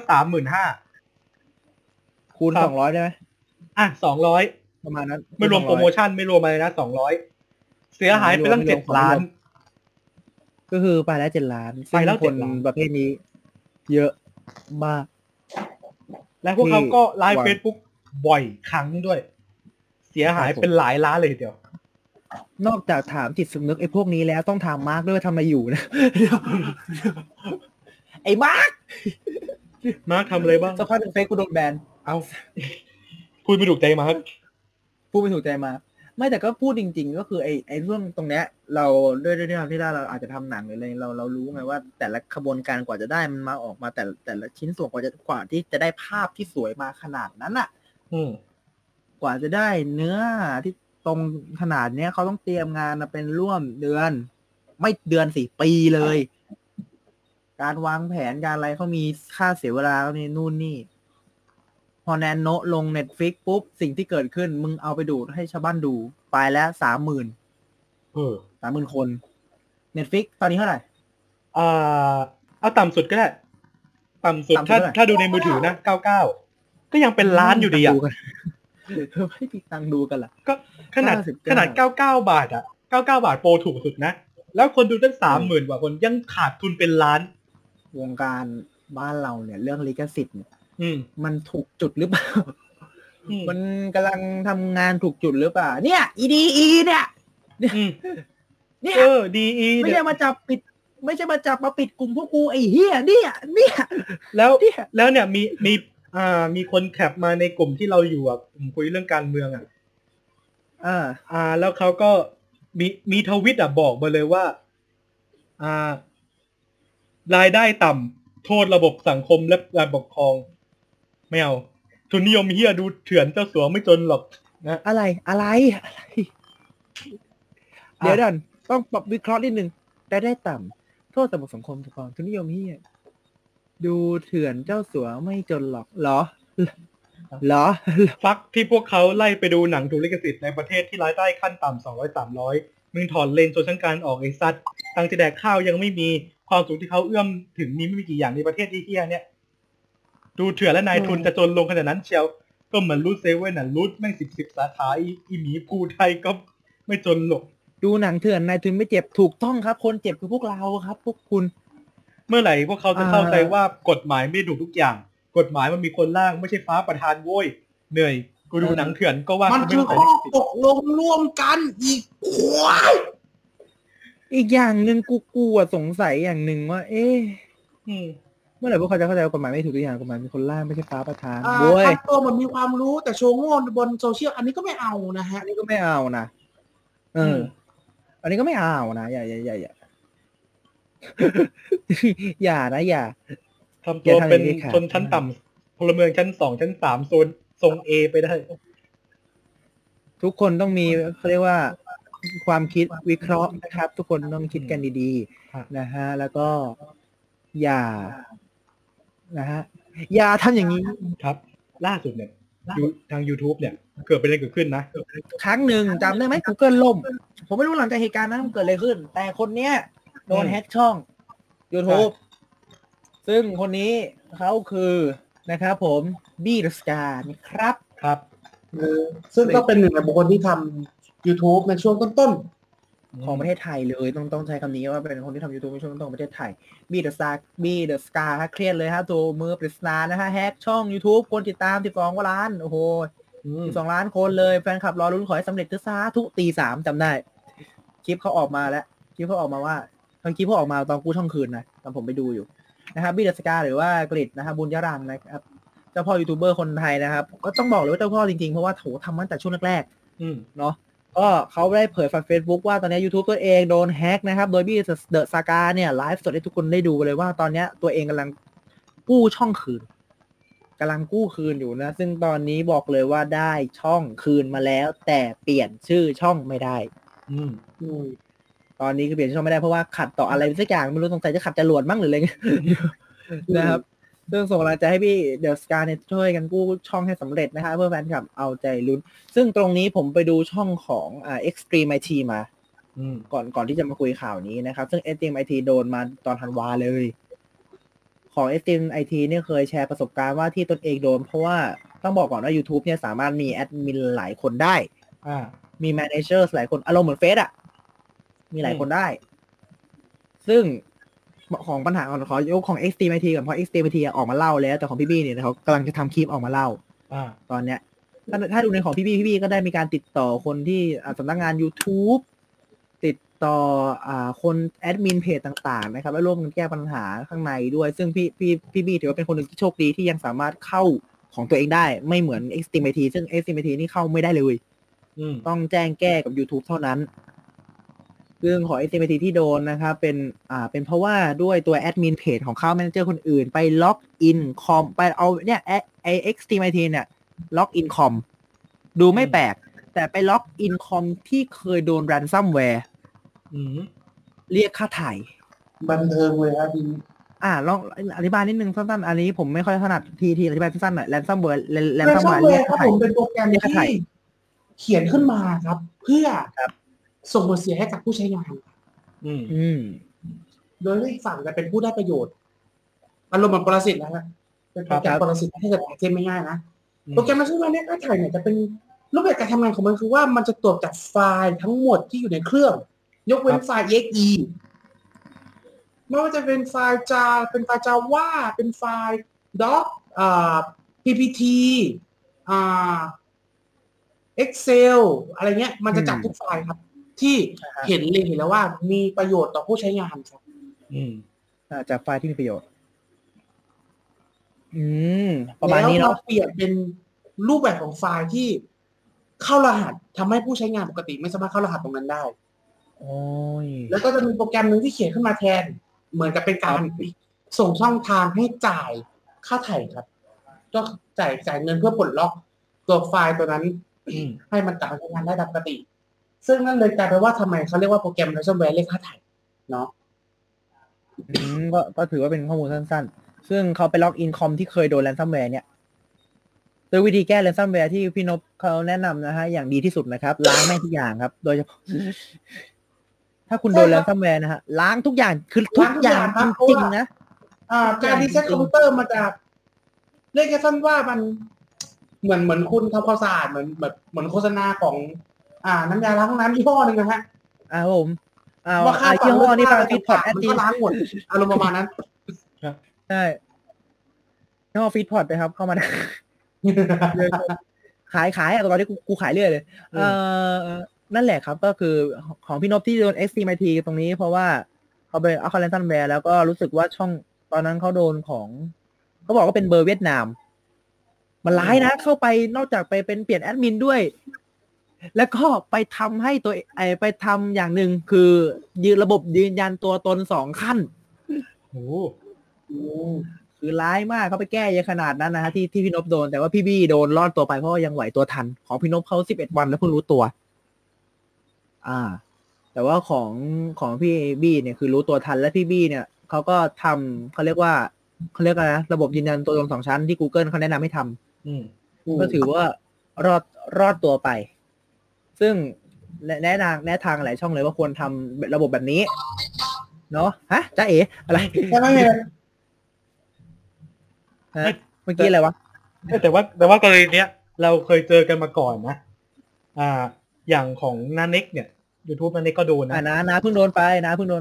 35,000 คูณ 200ได้ไหมอ่ะ 200 ประมาณนั้นไม่รวมโปรโมชั่นไม่รวมอะไรนะ200เสียหายไปตั้ง7 ล้านก็คือไปแล้ว7 ล้านไปแล้วคนประเภทนี้เยอะมากและพวกเขาก็ไลฟ์ Facebook บ่อยครั้งด้วยเสียหายเป็นหลายล้านเลยเดียวนอกจากถามจิตสำนึกไอ้พวกนี้แล้วต้องถามมาร์คด้วยว่าทำอะไรอยู่นะไอ้มาร์คทำอะไรบ้างสักพักหนึ่งเฟซกูโดนแบนเอาพูดไม่ถูกใจมาร์คพูดไม่ถูกใจมาไม่แต่ก็พูดจริงๆก็คือไอ้เรื่องตรงเนี้ยเราด้วยความที่เราอาจจะทำหนังหรืออะไรเรารู้ไงว่าแต่ละขบวนการกว่าจะได้มันมาออกมาแต่ละชิ้นส่วนกว่าที่จะได้ภาพที่สวยมาขนาดนั้นอ่ะกว่าจะได้เนื้อที่ตรงขนาดเนี้ยเขาต้องเตรียมงานมาเป็นร่วมเดือนไม่เดือน4 ปีเลยการวางแผนการอะไรเขามีค่าเสียเวลาเขามีนู่นนี่พอแนนโนลง Netflix ปุ๊บสิ่งที่เกิดขึ้นมึงเอาไปดูให้ชาวบ้านดูไปแล้ว 30,000 คน Netflix ตอนนี้เท่าไหร่เอาต่ำสุดก็ได้ต่ำสุดถ้าดูในมือถือนะ99ก็ยังเป็นล้านอยู่ดีอ่ะไม่มีตังค์ดูกันล่ะก็ขนาด99 บาทอ่ะ99 บาทโปรถูกสุดนะแล้วคนดูตั้ง 30,000 กว่าคนยังขาดทุนเป็นล้านวงการบ้านเราเนี่ยเรื่องลิขสิทธิ์มันถูกจุดหรือเปล่ามันกำลังทำงานถูกจุดหรือเปล่าเนี่ย EDE เนี่ย DE ไม่ใช่มาจับปิดไม่ใช่มาจับมาปิดกลุ่มพวกกูไอ้เหี้ยเนี่ยแล้วเนี่ยมีคนแคปมาในกลุ่มที่เราอยู่อ่ะผมคุยเรื่องการเมืองอ่ะแล้วเขาก็มีทวิตอ่ะบอกมาเลยว่ารายได้ต่ำโทษระบบสังคมและการปกครองไม่เอาทุนนิยมเฮียดูเถื่อนเจ้าสัวไม่จนหรอกนะอะไรเดี๋ยวดันต้องปรับวิเคราะห์นิดนึงได้ต่ำโทษระบบสังคมปกครองทุนนิยมเฮียดูเถื่อนเจ้าสัวไม่จนหรอกเหรอฟักที่พวกเขาไล่ไปดูหนังถูกลิขสิทธิ์ในประเทศที่รายได้ขั้นต่ำ200-300มึงถอนเลนจนชั้นการออกไอ้สัตว์ตังจะแดกข้าวยังไม่มีความสุขที่เขาเอื้อมถึงนี้ไม่มีกี่อย่างในประเทศที่เฮี้ยเนี่ยดูเถื่อนและนายทุนจะจนลงขนาดนั้นเชียวก็เหมือนรูทเซเว่นน่ะรูทแม่ง10 สาขาอีหมีภูไทยก็ไม่จนหรอกดูหนังเถื่อนนายทุนไม่เจ็บถูกต้องครับคนเจ็บคือพวกเราครับพวกคุณเมื่อไหร่พวกเขาจะเข้าใจว่ากฎหมายไม่ถูกทุกอย่างกฎหมายมันมีคนร่างไม่ใช่ฟ้าประทานโว้ยเหนื่อยกูดูหนังเถื่อนก็ว่ามันคือข้อตกลงร่วมกันอีกควายอีกอย่างนึงกูสงสัยอย่างนึงว่าเมื่อไหร่พวกเขาจะเข้าใจว่ากฎหมายไม่ถูกทุกอย่างกฎหมายมีคนร่างไม่ใช่ฟ้าประทานโว้ยทั้งตัวมันมีความรู้แต่โชว์โง่บนโซเชียลอันนี้ก็ไม่เอานะฮะอันนี้ก็ไม่เอานะอันนี้ก็ไม่เอานะอย่าอย่านะอย่าทำตัวเป็นชนชั้นต่ำพลเมืองชั้น2ชั้น3โซนทรง A ไปได้ทุกคนต้องมีเขาเรียกว่าความคิดวิเคราะห์นะครับทุกคนต้องคิดกันดีๆนะฮะแล้วก็อย่านะฮะอย่าทำอย่างนี้ครับล่าสุดเนี่ยทาง YouTube เนี่ยเกิดเป็นอะไรเกิดขึ้นนะครั้งหนึ่งจำได้ไหม Google ล่มผมไม่รู้หลังจากเหตุการณ์นั้นมันเกิดอะไรขึ้นแต่คนเนี้ยโดนแฮกช่อง YouTube ซึ่งคนนี้เขาคือนะครับผมบี้เดอะสกานะครับซึ่งก็เป็นหนึ่งในบุคคลที่ทำ YouTube ในช่วงต้นๆของประเทศไทยเลยต้องใช้คำนี้ว่าเป็นคนที่ทำ YouTube ในช่วงต้นของประเทศไทยบี้เดอะสกาเครียดเลยฮะตัวมือปริศนานะฮะแฮกช่อง YouTube คนติดตาม12 กว่าล้านโอ้โห12 ล้านคนเลยแฟนคลับรอรุ้นขอให้สำเร็จซะทุกตี 3จำได้คลิปเขาออกมาแล้วคลิปเขาออกมาว่าตอนคลิปเขาออกมาตอนกู้ช่องคืนนะตอนผมไปดูอยู่นะครับบี้เดอะสกาหรือว่ากฤษนะครับบุญยรังนะครับเจ้าพ่อยูทูบเบอร์คนไทยนะครับก็ต้องบอกเลยว่าเจ้าพ่อจริงๆเพราะว่าโถทำมาตั้งแต่ช่วงแรกๆเนาะก็เขาได้เผยผ่าน Facebook ว่าตอนนี้ YouTube ตัวเองโดนแฮกนะครับโดยบี้เดอะสกาเนี่ยไลฟ์สดให้ทุกคนได้ดูเลยว่าตอนนี้ตัวเองกำลังกู้ช่องคืนอยู่นะซึ่งตอนนี้บอกเลยว่าได้ช่องคืนมาแล้วแต่เปลี่ยนชื่อช่องไม่ได้ตอนนี้คือเปลี่ยนช่องไม่ได้เพราะว่าขัดต่ออะไรสักอย่างไม่รู้สงสัยจะขัดจรวดมั้งหรืออะไรเงี้ยนะครับซึ่งส่งกำลังใจให้พี่เดอะสกาเนี่ยช่วยกันกู้ช่องให้สำเร็จนะคะเพื่อแฟนคลับเอาใจลุ้นซึ่งตรงนี้ผมไปดูช่องของExtreme IT มาก่อนที่จะมาคุยข่าวนี้นะครับซึ่ง STMIT โดนมาตอนธันวาเลยของ STMIT เนี่ยเคยแชร์ประสบการณ์ว่าที่ตนเองโดนเพราะว่าต้องบอกก่อนว่า YouTube เนี่ยสามารถมีแอดมินหลายคนได้มี manager หลายคนอารมณ์เหมือนเฟซมีหลายคนได้ซึ่งของปัญหาขอยกของ XTMIT ก่อนเพราะ XTMIT ออกมาเล่าแล้วแต่ของพี่บี้เนี่ยเขากำลังจะทำคลิปออกมาเล่าตอนเนี้ยถ้าดูในของพี่บี้ก็ได้มีการติดต่อคนที่สำนักงาน YouTube ติดต่อคนแอดมินเพจต่างๆนะครับแล้วร่วมกันแก้ปัญหาข้างในด้วยซึ่งพี่บี้ถือว่าเป็นคนหนึ่งที่โชคดีที่ยังสามารถเข้าของตัวเองได้ไม่เหมือน XTMIT ซึ่ง XTMIT นี่เข้าไม่ได้เลยต้องแจ้งแก้กับ YouTube เท่านั้นเรื่องของ XTMIT ที่โดนนะครับเป็นเพราะว่าด้วยตัวแอดมินเพจของเขาแมเนเจอร์คนอื่นไปล็อกอินคอมไปเอาเนี่ยไอ XTMIT เนี่ยล็อกอินคอมดูไม่แปลกแต่ไปล็อกอินคอมที่เคยโดน ransomware เรียกค่าถ่ายบันเทิงเลยครับดีลองอธิบายนิดนึงสั้นๆอันนี้ผมไม่ค่อยถนัดทีอธิบายสั้นๆหน่อย ransomware เรียกค่าถ่ายผมเป็นโปรแกรมที่เขียนขึ้นมาครับเพื่อส่งผลเสียให้กับผู้ใช้งานโดยที่ฝั่งจะเป็นผู้ได้ประโยชน์อารมณ์เหมือนปรสิตนะฮะเป็นโปรแกรมปรสิตที่จะเทมไม่ง่ายนะโปรแกรมมันชื่อว่าเนี่ยค่าถ่ายเนี่ยจะเป็นรูปแบบการทำงานของมันคือว่ามันจะตรวจจับไฟล์ทั้งหมดที่อยู่ในเครื่องยกเว้นไฟล์ exe ไม่ว่าจะเป็นไฟล์เป็นไฟล์ Java เป็นไฟล์ doc ppt Excel อะไรเงี้ยมันจะจับทุกไฟล์ครับที่เห็นแล้วว่ามีประโยชน์ต่อผู้ใช้งานครับจากไฟล์ที่มีประโยชน์ประมาณนี้เนาะเปลี่ยนเป็นรูปแบบของไฟล์ที่เข้ารหัสทำให้ผู้ใช้งานปกติไม่สามารถเข้ารหัสตรงนั้นได้แล้วก็จะมีโปรแกรมหนึ่งที่เขียนขึ้นมาแทนเหมือนกับเป็นการส่งช่องทางให้จ่ายค่าไถ่ครับก็จ่ายเงินเพื่อปลดล็อกตัวไฟล์ตัวนั้นให้มันกลับมาทำงานได้ปกติซึ่งนั่นเลยกลายเป็นว่าทำไมเขาเรียกว่าโปรแกรม ransomware เรียกค่าไถ่เนาะก็ถือว่าเป็นข้อมูลสั้นๆซึ่งเขาไปล็อกอินคอมที่เคยโดน ransomware เนี่ยโดยวิธีแก้ ransomware ที่พี่นพเขาแนะนำนะฮะอย่างดีที่สุดนะครับล้างแม่งทุกอย่างครับโดยเฉพาะถ้าคุณโดน ransomware นะฮะล้างทุกอย่างคือทุกอย่างจริงๆนะการรีเซ็ตคอมพิวเตอร์มันจะเรียกสั้นว่ามันเหมือนคุณทำความสะอาดเหมือนโฆษณาของน้ำยาล้างห้องน้ำยี่ห้อนึงนะฮะผมว่าค่ายี่ห้อนี่ฟังฟีดพอร์ตแอดมันก็ล้างหมดอารมณ์ประมาณนั้นใช่ยี่ห้อฟีดพอร์ตไปครับเข้ามาขายตอนนี้กูขายเรื่อยเลยนั่นแหละครับก็คือของพี่นพที่โดน XTMIT ตรงนี้เพราะว่าเขาไปเอาคอลเลนตันแวร์แล้วก็รู้สึกว่าช่องตอนนั้นเขาโดนของเขาบอกว่าเป็นเบอร์เวียดนามมันร้ายนะเข้าไปนอกจากไปเป็นเปลี่ยนแอดมินด้วยแล้วก็ไปทำให้ตัวไปทำอย่างหนึ่งคือระบบยืนยันตัวตน2 ขั้นคือร้ายมากเขาไปแก้ยังขนาดนั้นนะฮะที่พี่นพโดนแต่ว่าพี่บี้โดนรอดตัวไปเพราะยังไหวตัวทันของพี่นพเขา11 วันแล้วเพิ่งรู้ตัวแต่ว่าของพี่บี้เนี่ยคือรู้ตัวทันและพี่บี้เนี่ยเขาก็ทำเขาเรียกอะไรนะระบบยืนยันตัวตน2 ชั้นที่ Google เขาแนะนำให้ทำก็ถือว่ารอดตัวไปซึ่งแนะทางหลายช่องเลยว่าควรทำระบบแบบนี้เนาะฮะจ๊ะเอ๋อะไรเมื่อกี้อะไรวะแต่ว่ากรณีเนี้ยเราเคยเจอกันมาก่อนนะอย่างของนาเน็กเนี่ย YouTube นาเน็กก็โดนนะเพิ่งโดนไป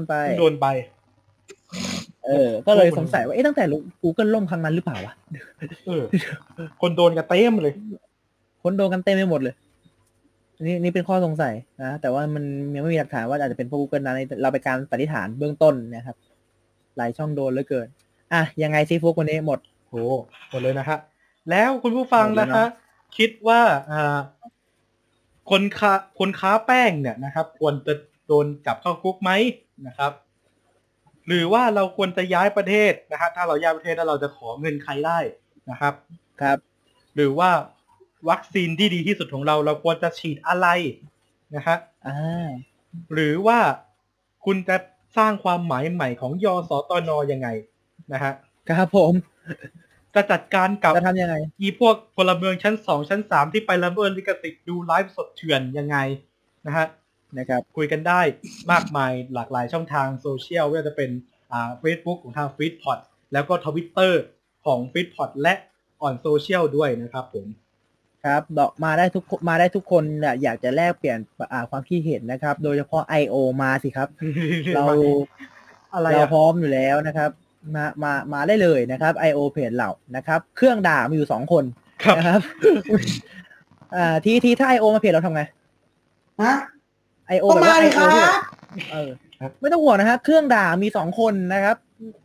ก็เลยสงสัยว่าตั้งแต่ Google ล่มครั้งนั้นหรือเปล่าวะคนโดนกันเต็มเลยคนโดนกันเต็มไปหมดเลยนี่เป็นข้อสงสัยนะแต่ว่ามันยังไม่มีหลักฐานว่าอาจจะเป็นพวก Google นะเราไปการสันนิษฐานเบื้องต้นนะครับหลายช่องโดนเหลือเกินยังไงซิฟุกวันนี้หมดเลยนะฮะแล้วคุณผู้ฟังนะคะคิดว่าคนค้าแป้งเนี่ยนะครับควรจะโดนจับเข้าคุกไหมนะครับหรือว่าเราควรจะย้ายประเทศนะครับถ้าเราย้ายประเทศแล้วเราจะขอเงินใครได้นะครับหรือว่าวัคซีนที่ดีที่สุดของเราควรจะฉีดอะไรนะฮะหรือว่าคุณจะสร้างความหมายใหม่ของยสตน.ยังไงนะฮะครับผมจะจัดการกับจะทำยังไงพวกพลเมืองชั้น2ชั้น3ที่ไปละเมิดลิขสิทธิ์ดูไลฟ์สดเถื่อนยังไงนะฮะนะครับคุยกันได้มากมายหลากหลายช่องทางโซเชียลไม่ว่าจะเป็นFacebook ของทาง Feedpot แล้วก็ Twitter ของ Feedpot และออนโซเชียลด้วยนะครับผมครับมาได้ทุกคนอยากจะแลกเปลี่ยนความคิดเห็นนะครับโดยเฉพาะ IO มาสิครับ เราพร้อมอยู่แล้วนะครับมาได้เลยนะครับ IO เพจเรานะครับเครื่องด่ามีอยู่2คนนะครับทีถ้า IO มาเพจเราทำไงIO แบบว่า IO ไม่ต้องห่วงนะฮะเครื่องด่ามี2คนนะครับ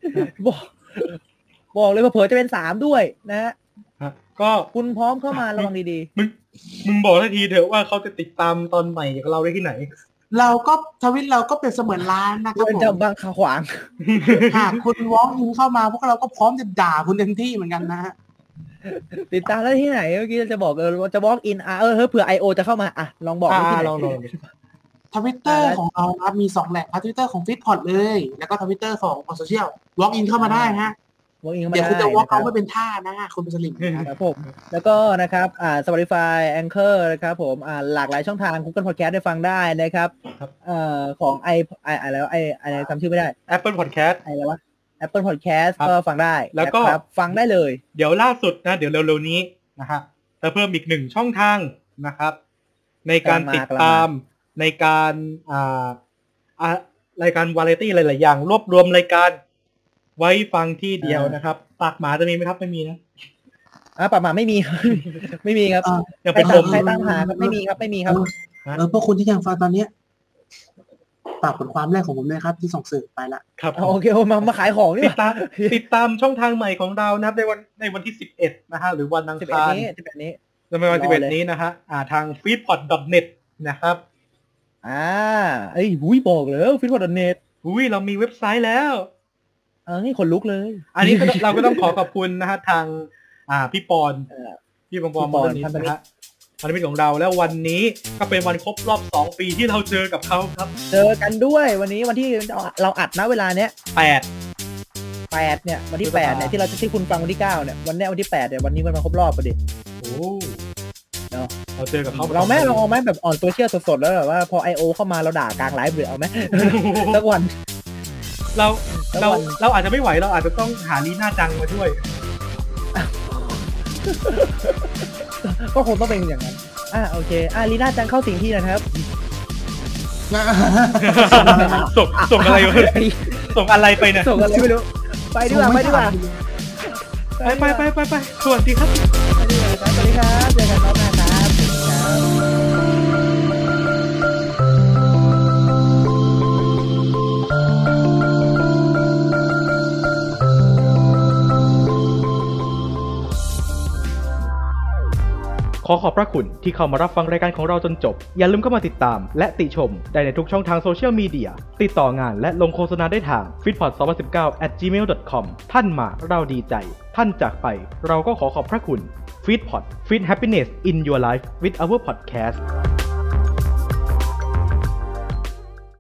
บอกเลยว่าเผลอจะเป็น3ด้วยนะฮะก็คุณพร้อมเข้ามาระวังดีๆมึงบอกทันทีเถอะว่าเขาจะติดตามตอนใหม่จากเราได้ที่ไหนเราก็ทวิตเราก็เป็นเสมือนร้านนะครับผมจะบังขวางหากคุณวอล์กอินเข้ามาพวกเราก็พร้อมจะด่าคุณเต็มที่เหมือนกันนะฮะติดตามได้ที่ไหนเมื่อกี้จะบอกจะวอล์กอินเผื่อ IO จะเข้ามาลองบอกที่ไหนลองทวิตเตอร์ของเราครับมี2แหล่งทวิตเตอร์ของ Feedpot เลยแล้วก็ทวิตเตอร์ของโซเชียลวอล์กอินเข้ามาได้ฮะเดี๋ยวคุณจะวอล์กเอาไม่เป็นท่านะคุณเป็นสลิมครับผมแล้วก็นะครับSpotify Anchor นะครับผมหลากหลายช่องทาง Google Podcast ได้ฟังได้นะครับของอะไรจำชื่อไม่ได้ Apple Podcast อะไรวะ Apple Podcast ก็ฟังได้แล้วก็ฟังได้เลยเดี๋ยวล่าสุดนะเดี๋ยวเร็วๆนี้นะฮะจะเพิ่มอีก1ช่องทางนะครับในการติดตามในการรายการวาไรตี้หลายๆอย่างรวบรวมรายการไว้ฟังที่เดียวนะครับปากหมาจะมีไหมครับไม่มีนะปากหมาไม่มีไม่มีครับยังเป็นใครตามหาไม่มีครับพวกคุณที่ยังฟังตอนนี้ฝากผลความแรกของผมนะครับที่ส่งสื่อไปละครับโอเคมาขายของนี่ติดตามช่องทางใหม่ของเรานะครับในวันที่11นะฮะหรือวันอังคาร 11นี้ในวัน11นี้นะฮะทาง feedpot.net นะครับบอกเลย feedpot.net เรามีเว็บไซต์แล้วนี่คนลุกเลยอันนี้เราก็ต้องขอบคุณนะฮะทางพี่ปอนพี่ปอนนะฮะพันธมิตรของเราแล้ววันนี้ก็เป็นวันครบรอบ2 ปีที่เราเจอกับเขาครับเจอกันด้วยวันนี้วันที่เราอัดนะเวลาเนี้ย8เนี่ยวันที่8เนี่ยที่คุณฟังวันที่9เนี่ยวันนี้วันที่8เนี่ยวันนี้มันครบรอบพอดีเราเจอกับเขาเราเอาไหมแบบออนโซเชียลสดๆแล้วแบบว่าพอ IO เข้ามาเราด่ากลางไลฟ์เลยเอาไหมสักวันเราอาจจะไม่ไหวเราอาจจะต้องหาลีน่าจังมาช่วยก็คงต้องเป็นอย่างนั้นโอเคลีน่าจังเข้าสิ่งที่นะครับส่งอะไรส่งอะไรไปเนี่ยส่งอะไรไม่รู้ไปดีกว่าไปสวัสดีครับสวัสดีครับเจอกันรอบหน้าครับขอขอบพระคุณที่เข้ามารับฟังรายการของเราจนจบอย่าลืมเข้ามาติดตามและติชมได้ในทุกช่องทางโซเชียลมีเดียติดต่องานและลงโฆษณาได้ทาง feedpot2019@gmail.com ท่านมาเราดีใจท่านจากไปเราก็ขอขอบพระคุณ Feedpot Feed Happiness in Your Life with our podcast